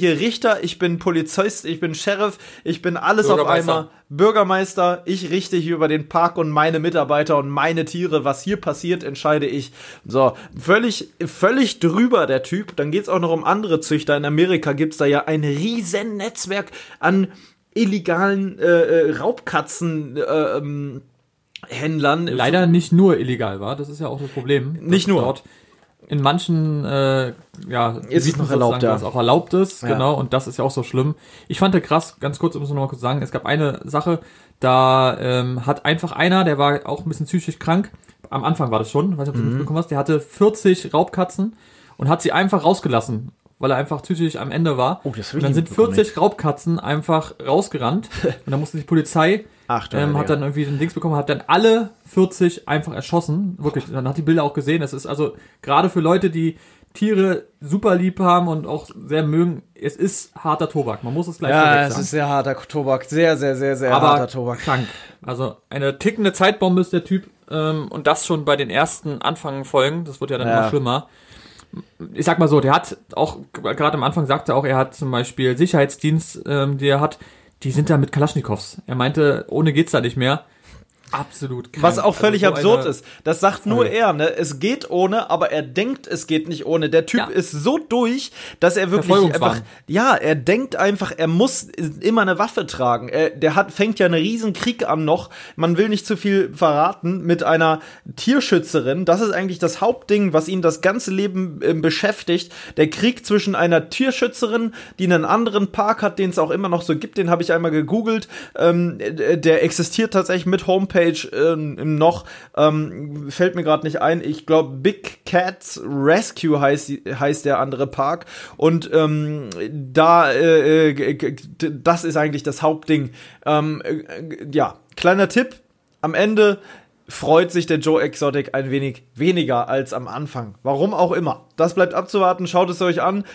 hier Richter, ich bin Polizist, ich bin Sheriff, ich bin alles auf einmal. Bürgermeister, ich richte hier über den Park und meine Mitarbeiter und meine Tiere. Was hier passiert, entscheide ich. So, völlig drüber der Typ. Dann geht's auch noch um andere Züchter. In Amerika gibt's da ja ein riesen Netzwerk an illegalen Raubkatzen Händlern. Leider nicht nur illegal war, das ist ja auch das Problem. Nicht nur. Dort in manchen ist es noch erlaubt, was auch erlaubt ist, genau, und das ist ja auch so schlimm. Ich fand krass, ganz kurz, um es noch mal kurz zu sagen, es gab eine Sache, da hat einfach einer, der war auch ein bisschen psychisch krank, am Anfang war das schon, weiß nicht, ob du mitbekommen hast, der hatte 40 Raubkatzen und hat sie einfach rausgelassen, weil er einfach psychisch am Ende war. Oh, das und dann sind 40 Raubkatzen einfach rausgerannt und dann musste die Polizei hat dann irgendwie den Dings bekommen, hat dann alle 40 einfach erschossen. Wirklich, dann hat die Bilder auch gesehen. Es ist also gerade für Leute, die Tiere super lieb haben und auch sehr mögen, es ist harter Tobak. Man muss es gleich sagen. Ja, es ist sehr harter Tobak. Sehr, sehr, sehr, sehr aber harter Tobak. Krank. Also eine tickende Zeitbombe ist der Typ und das schon bei den ersten Anfangsfolgen. Das wird ja dann immer schlimmer. Ich sag mal so, der hat auch, gerade am Anfang sagte er auch, er hat zum Beispiel Sicherheitsdienst, die er hat, die sind da mit Kalaschnikows. Er meinte, ohne geht's da nicht mehr. Absolut krank. Was auch völlig absurd ist. Das sagt nur er, ne? Es geht ohne, aber er denkt, es geht nicht ohne. Der Typ ist so durch, dass er wirklich einfach, er denkt einfach, er muss immer eine Waffe tragen. Fängt ja einen riesen Krieg an noch. Man will nicht zu viel verraten mit einer Tierschützerin. Das ist eigentlich das Hauptding, was ihn das ganze Leben beschäftigt. Der Krieg zwischen einer Tierschützerin, die einen anderen Park hat, den es auch immer noch so gibt. Den habe ich einmal gegoogelt. Der existiert tatsächlich mit Homepage noch, fällt mir gerade nicht ein. Ich glaube, Big Cats Rescue heißt der andere Park. Und das ist eigentlich das Hauptding. Kleiner Tipp, am Ende freut sich der Joe Exotic ein wenig weniger als am Anfang. Warum auch immer. Das bleibt abzuwarten, schaut es euch an.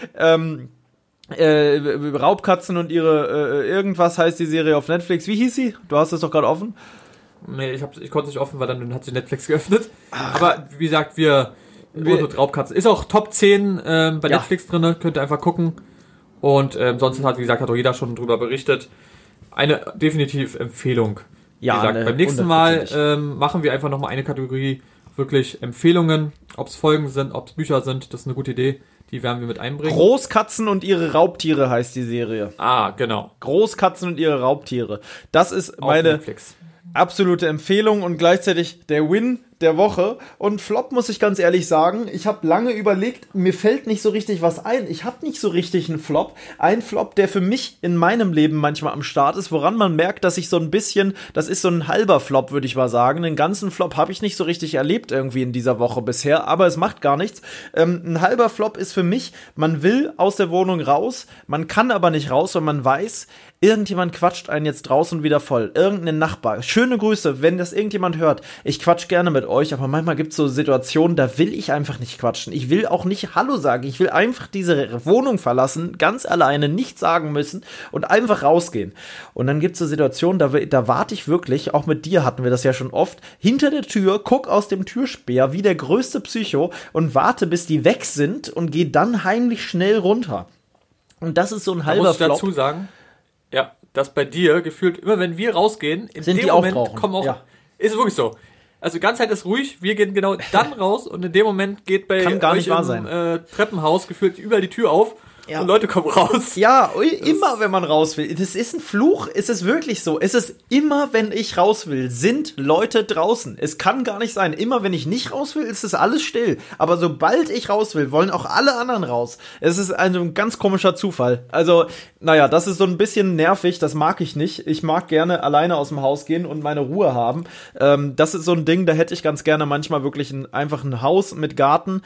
Raubkatzen und ihre irgendwas heißt die Serie auf Netflix. Wie hieß sie? Du hast es doch gerade offen. Nee, ich konnte es nicht offen, weil dann hat sich Netflix geöffnet. Aber wie gesagt, wir Raubkatzen. Ist auch Top 10 bei Netflix drin, könnt ihr einfach gucken. Und sonst hat, wie gesagt, hat auch jeder schon drüber berichtet. Eine definitiv Empfehlung. Wie gesagt, beim nächsten Mal machen wir einfach nochmal eine Kategorie, wirklich Empfehlungen, ob es Folgen sind, ob es Bücher sind, das ist eine gute Idee. Die werden wir mit einbringen. Großkatzen und ihre Raubtiere heißt die Serie. Ah, genau. Großkatzen und ihre Raubtiere. Das ist meine Netflix. Absolute Empfehlung und gleichzeitig der Win der Woche. Und Flop, muss ich ganz ehrlich sagen, ich habe lange überlegt, mir fällt nicht so richtig was ein. Ich habe nicht so richtig einen Flop. Ein Flop, der für mich in meinem Leben manchmal am Start ist, woran man merkt, dass ich so ein bisschen, das ist so ein halber Flop, würde ich mal sagen. Den ganzen Flop habe ich nicht so richtig erlebt irgendwie in dieser Woche bisher, aber es macht gar nichts. Ein halber Flop ist für mich, man will aus der Wohnung raus, man kann aber nicht raus, weil man weiß, irgendjemand quatscht einen jetzt draußen wieder voll. Irgendein Nachbar. Schöne Grüße, wenn das irgendjemand hört. Ich quatsch gerne mit euch, aber manchmal gibt es so Situationen, da will ich einfach nicht quatschen. Ich will auch nicht Hallo sagen. Ich will einfach diese Wohnung verlassen, ganz alleine, nichts sagen müssen und einfach rausgehen. Und dann gibt es so Situationen, da warte ich wirklich, auch mit dir hatten wir das ja schon oft, hinter der Tür, guck aus dem Türspäher wie der größte Psycho und warte, bis die weg sind und gehe dann heimlich schnell runter. Und das ist so ein halber Flop. Da muss ich dazu sagen, ja, dass bei dir gefühlt, immer wenn wir rausgehen, in sind dem die Moment auch kommen auch, ist es wirklich so. Also die ganze Zeit ist ruhig, wir gehen genau dann raus und in dem Moment geht bei euch im Treppenhaus gefühlt überall die Tür auf und Leute kommen raus. Ja, immer wenn man raus will. Das ist ein Fluch, es ist wirklich so. Es ist immer, wenn ich raus will, sind Leute draußen. Es kann gar nicht sein. Immer wenn ich nicht raus will, ist es alles still. Aber sobald ich raus will, wollen auch alle anderen raus. Es ist ein ganz komischer Zufall. Also, naja, das ist so ein bisschen nervig, das mag ich nicht. Ich mag gerne alleine aus dem Haus gehen und meine Ruhe haben. Das ist so ein Ding, da hätte ich ganz gerne manchmal wirklich einfach ein Haus mit Garten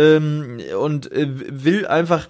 und will einfach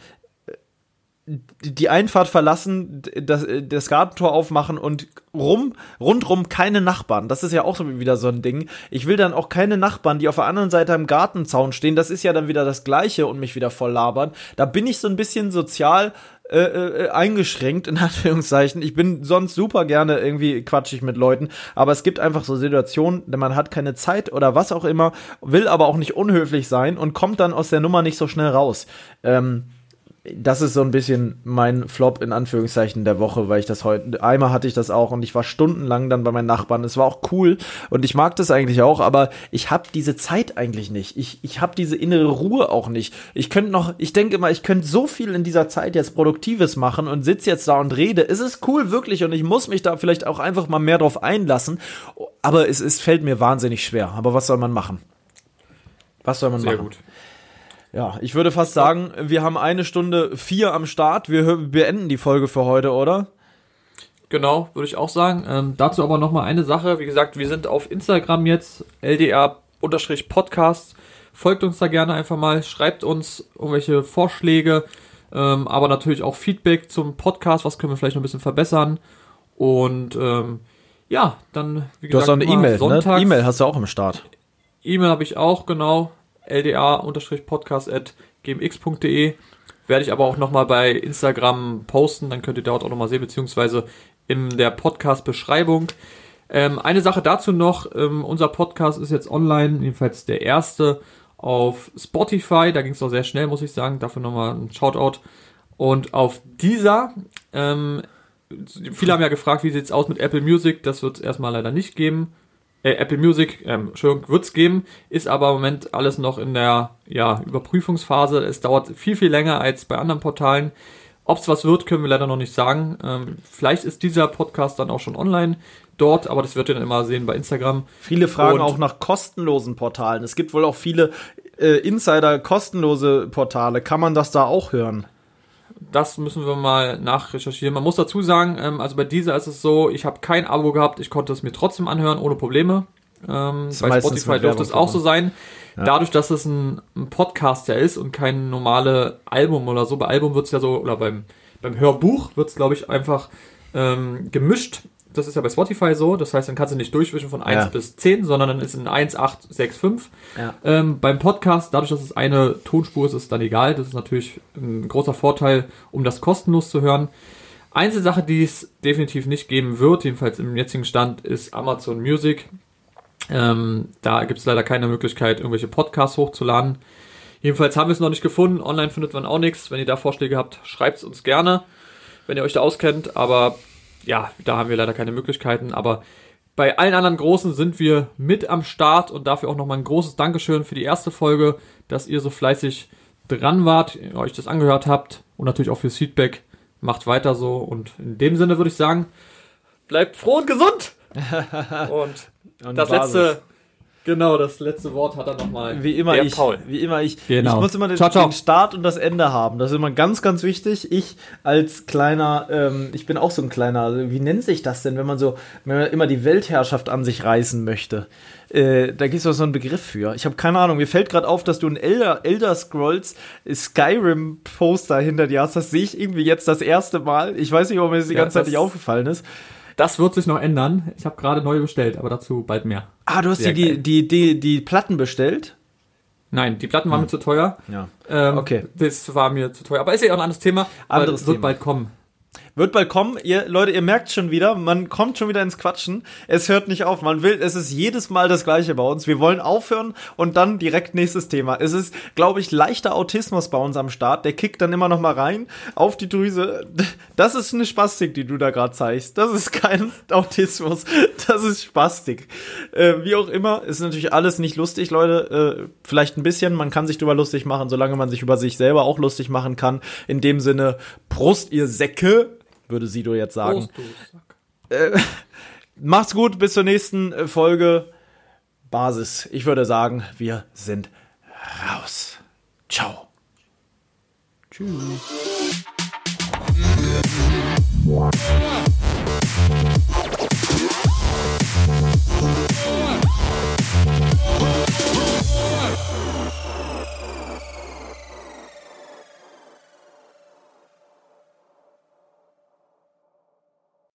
die Einfahrt verlassen, das Gartentor aufmachen und rundrum keine Nachbarn. Das ist ja auch so wieder so ein Ding. Ich will dann auch keine Nachbarn, die auf der anderen Seite am Gartenzaun stehen. Das ist ja dann wieder das Gleiche und mich wieder voll labern. Da bin ich so ein bisschen sozial eingeschränkt, in Anführungszeichen. Ich bin sonst super gerne irgendwie quatschig mit Leuten, aber es gibt einfach so Situationen, man hat keine Zeit oder was auch immer, will aber auch nicht unhöflich sein und kommt dann aus der Nummer nicht so schnell raus. das ist so ein bisschen mein Flop in Anführungszeichen der Woche, weil ich das einmal hatte ich das auch und ich war stundenlang dann bei meinen Nachbarn. Es war auch cool und ich mag das eigentlich auch, aber ich habe diese Zeit eigentlich nicht. Ich habe diese innere Ruhe auch nicht. Ich denke immer, ich könnte so viel in dieser Zeit jetzt Produktives machen und sitze jetzt da und rede. Es ist cool, wirklich, und ich muss mich da vielleicht auch einfach mal mehr drauf einlassen, aber es fällt mir wahnsinnig schwer. Aber was soll man machen? Was soll man machen? Sehr gut. Ja, ich würde fast sagen, wir haben 1:04 am Start. Wir beenden die Folge für heute, oder? Genau, würde ich auch sagen. Dazu aber nochmal eine Sache. Wie gesagt, wir sind auf Instagram jetzt, LDR_Podcast. Folgt uns da gerne einfach mal, schreibt uns irgendwelche Vorschläge, aber natürlich auch Feedback zum Podcast, was können wir vielleicht noch ein bisschen verbessern. Und ja, dann, wie gesagt, du hast auch eine E-Mail, ne? E-Mail hast du auch am Start. E-Mail habe ich auch, genau. LDA_podcast@gmx.de. Werde ich aber auch nochmal bei Instagram posten, dann könnt ihr dort auch nochmal sehen, beziehungsweise in der Podcast-Beschreibung. Eine Sache dazu noch, unser Podcast ist jetzt online, jedenfalls der erste auf Spotify, da ging es auch sehr schnell, muss ich sagen, dafür nochmal ein Shoutout. Und auf Deezer, viele haben ja gefragt, wie sieht es aus mit Apple Music, das wird es erstmal leider nicht geben. Apple Music, wird es geben, ist aber im Moment alles noch in der Überprüfungsphase. Es dauert viel, viel länger als bei anderen Portalen. Ob es was wird, können wir leider noch nicht sagen. Vielleicht ist dieser Podcast dann auch schon online dort, aber das wird ihr dann immer sehen bei Instagram. Viele fragen auch nach kostenlosen Portalen. Es gibt wohl auch viele Insider-kostenlose Portale. Kann man das da auch hören? Das müssen wir mal nachrecherchieren. Man muss dazu sagen, also bei Deezer ist es so, ich habe kein Abo gehabt, ich konnte es mir trotzdem anhören, ohne Probleme. Bei Spotify dürfte es auch so sein. Ja. Dadurch, dass es ein Podcast ja ist und kein normales Album oder so. Bei Album wird es ja so, oder beim Hörbuch wird es, glaube ich, einfach gemischt. Das ist ja bei Spotify so. Das heißt, dann kannst du nicht durchwischen von 1 bis 10, sondern dann ist es ein 1, 8, 6, 5. Ja. Beim Podcast, dadurch, dass es eine Tonspur ist, ist es dann egal. Das ist natürlich ein großer Vorteil, um das kostenlos zu hören. Einzige Sache, die es definitiv nicht geben wird, jedenfalls im jetzigen Stand, ist Amazon Music. Da gibt es leider keine Möglichkeit, irgendwelche Podcasts hochzuladen. Jedenfalls haben wir es noch nicht gefunden. Online findet man auch nichts. Wenn ihr da Vorschläge habt, schreibt es uns gerne, wenn ihr euch da auskennt. Aber ja, da haben wir leider keine Möglichkeiten. Aber bei allen anderen Großen sind wir mit am Start. Und dafür auch nochmal ein großes Dankeschön für die erste Folge, dass ihr so fleißig dran wart, euch das angehört habt. Und natürlich auch fürs Feedback. Macht weiter so. Und in dem Sinne würde ich sagen, bleibt froh und gesund. Und das letzte Wort hat er nochmal. Paul. Wie immer ich. Genau. Ich muss immer den Start und das Ende haben. Das ist immer ganz, ganz wichtig. Ich als kleiner, ich bin auch so ein kleiner, wie nennt sich das denn, wenn man immer die Weltherrschaft an sich reißen möchte? Da gibt es doch so einen Begriff für. Ich habe keine Ahnung. Mir fällt gerade auf, dass du ein Elder Scrolls Skyrim-Poster hinter dir hast. Das sehe ich irgendwie jetzt das erste Mal. Ich weiß nicht, ob mir das die ganze Zeit nicht aufgefallen ist. Das wird sich noch ändern. Ich habe gerade neue bestellt, aber dazu bald mehr. Ah, du hast die Platten bestellt? Nein, die Platten waren mir zu teuer. Ja. Okay. Das war mir zu teuer. Aber ist ja auch ein anderes Thema. Anderes wird bald kommen. Wird bald kommen. Leute, ihr merkt schon wieder, man kommt schon wieder ins Quatschen. Es hört nicht auf. Es ist jedes Mal das Gleiche bei uns. Wir wollen aufhören und dann direkt nächstes Thema. Es ist, glaube ich, leichter Autismus bei uns am Start. Der kickt dann immer noch mal rein auf die Drüse. Das ist eine Spastik, die du da gerade zeigst. Das ist kein Autismus. Das ist Spastik. Wie auch immer, ist natürlich alles nicht lustig, Leute. Vielleicht ein bisschen. Man kann sich drüber lustig machen, solange man sich über sich selber auch lustig machen kann. In dem Sinne, Prost, ihr Säcke, würde Sido jetzt sagen. Macht's gut, bis zur nächsten Folge. Basis. Ich würde sagen, wir sind raus. Ciao. Tschüss.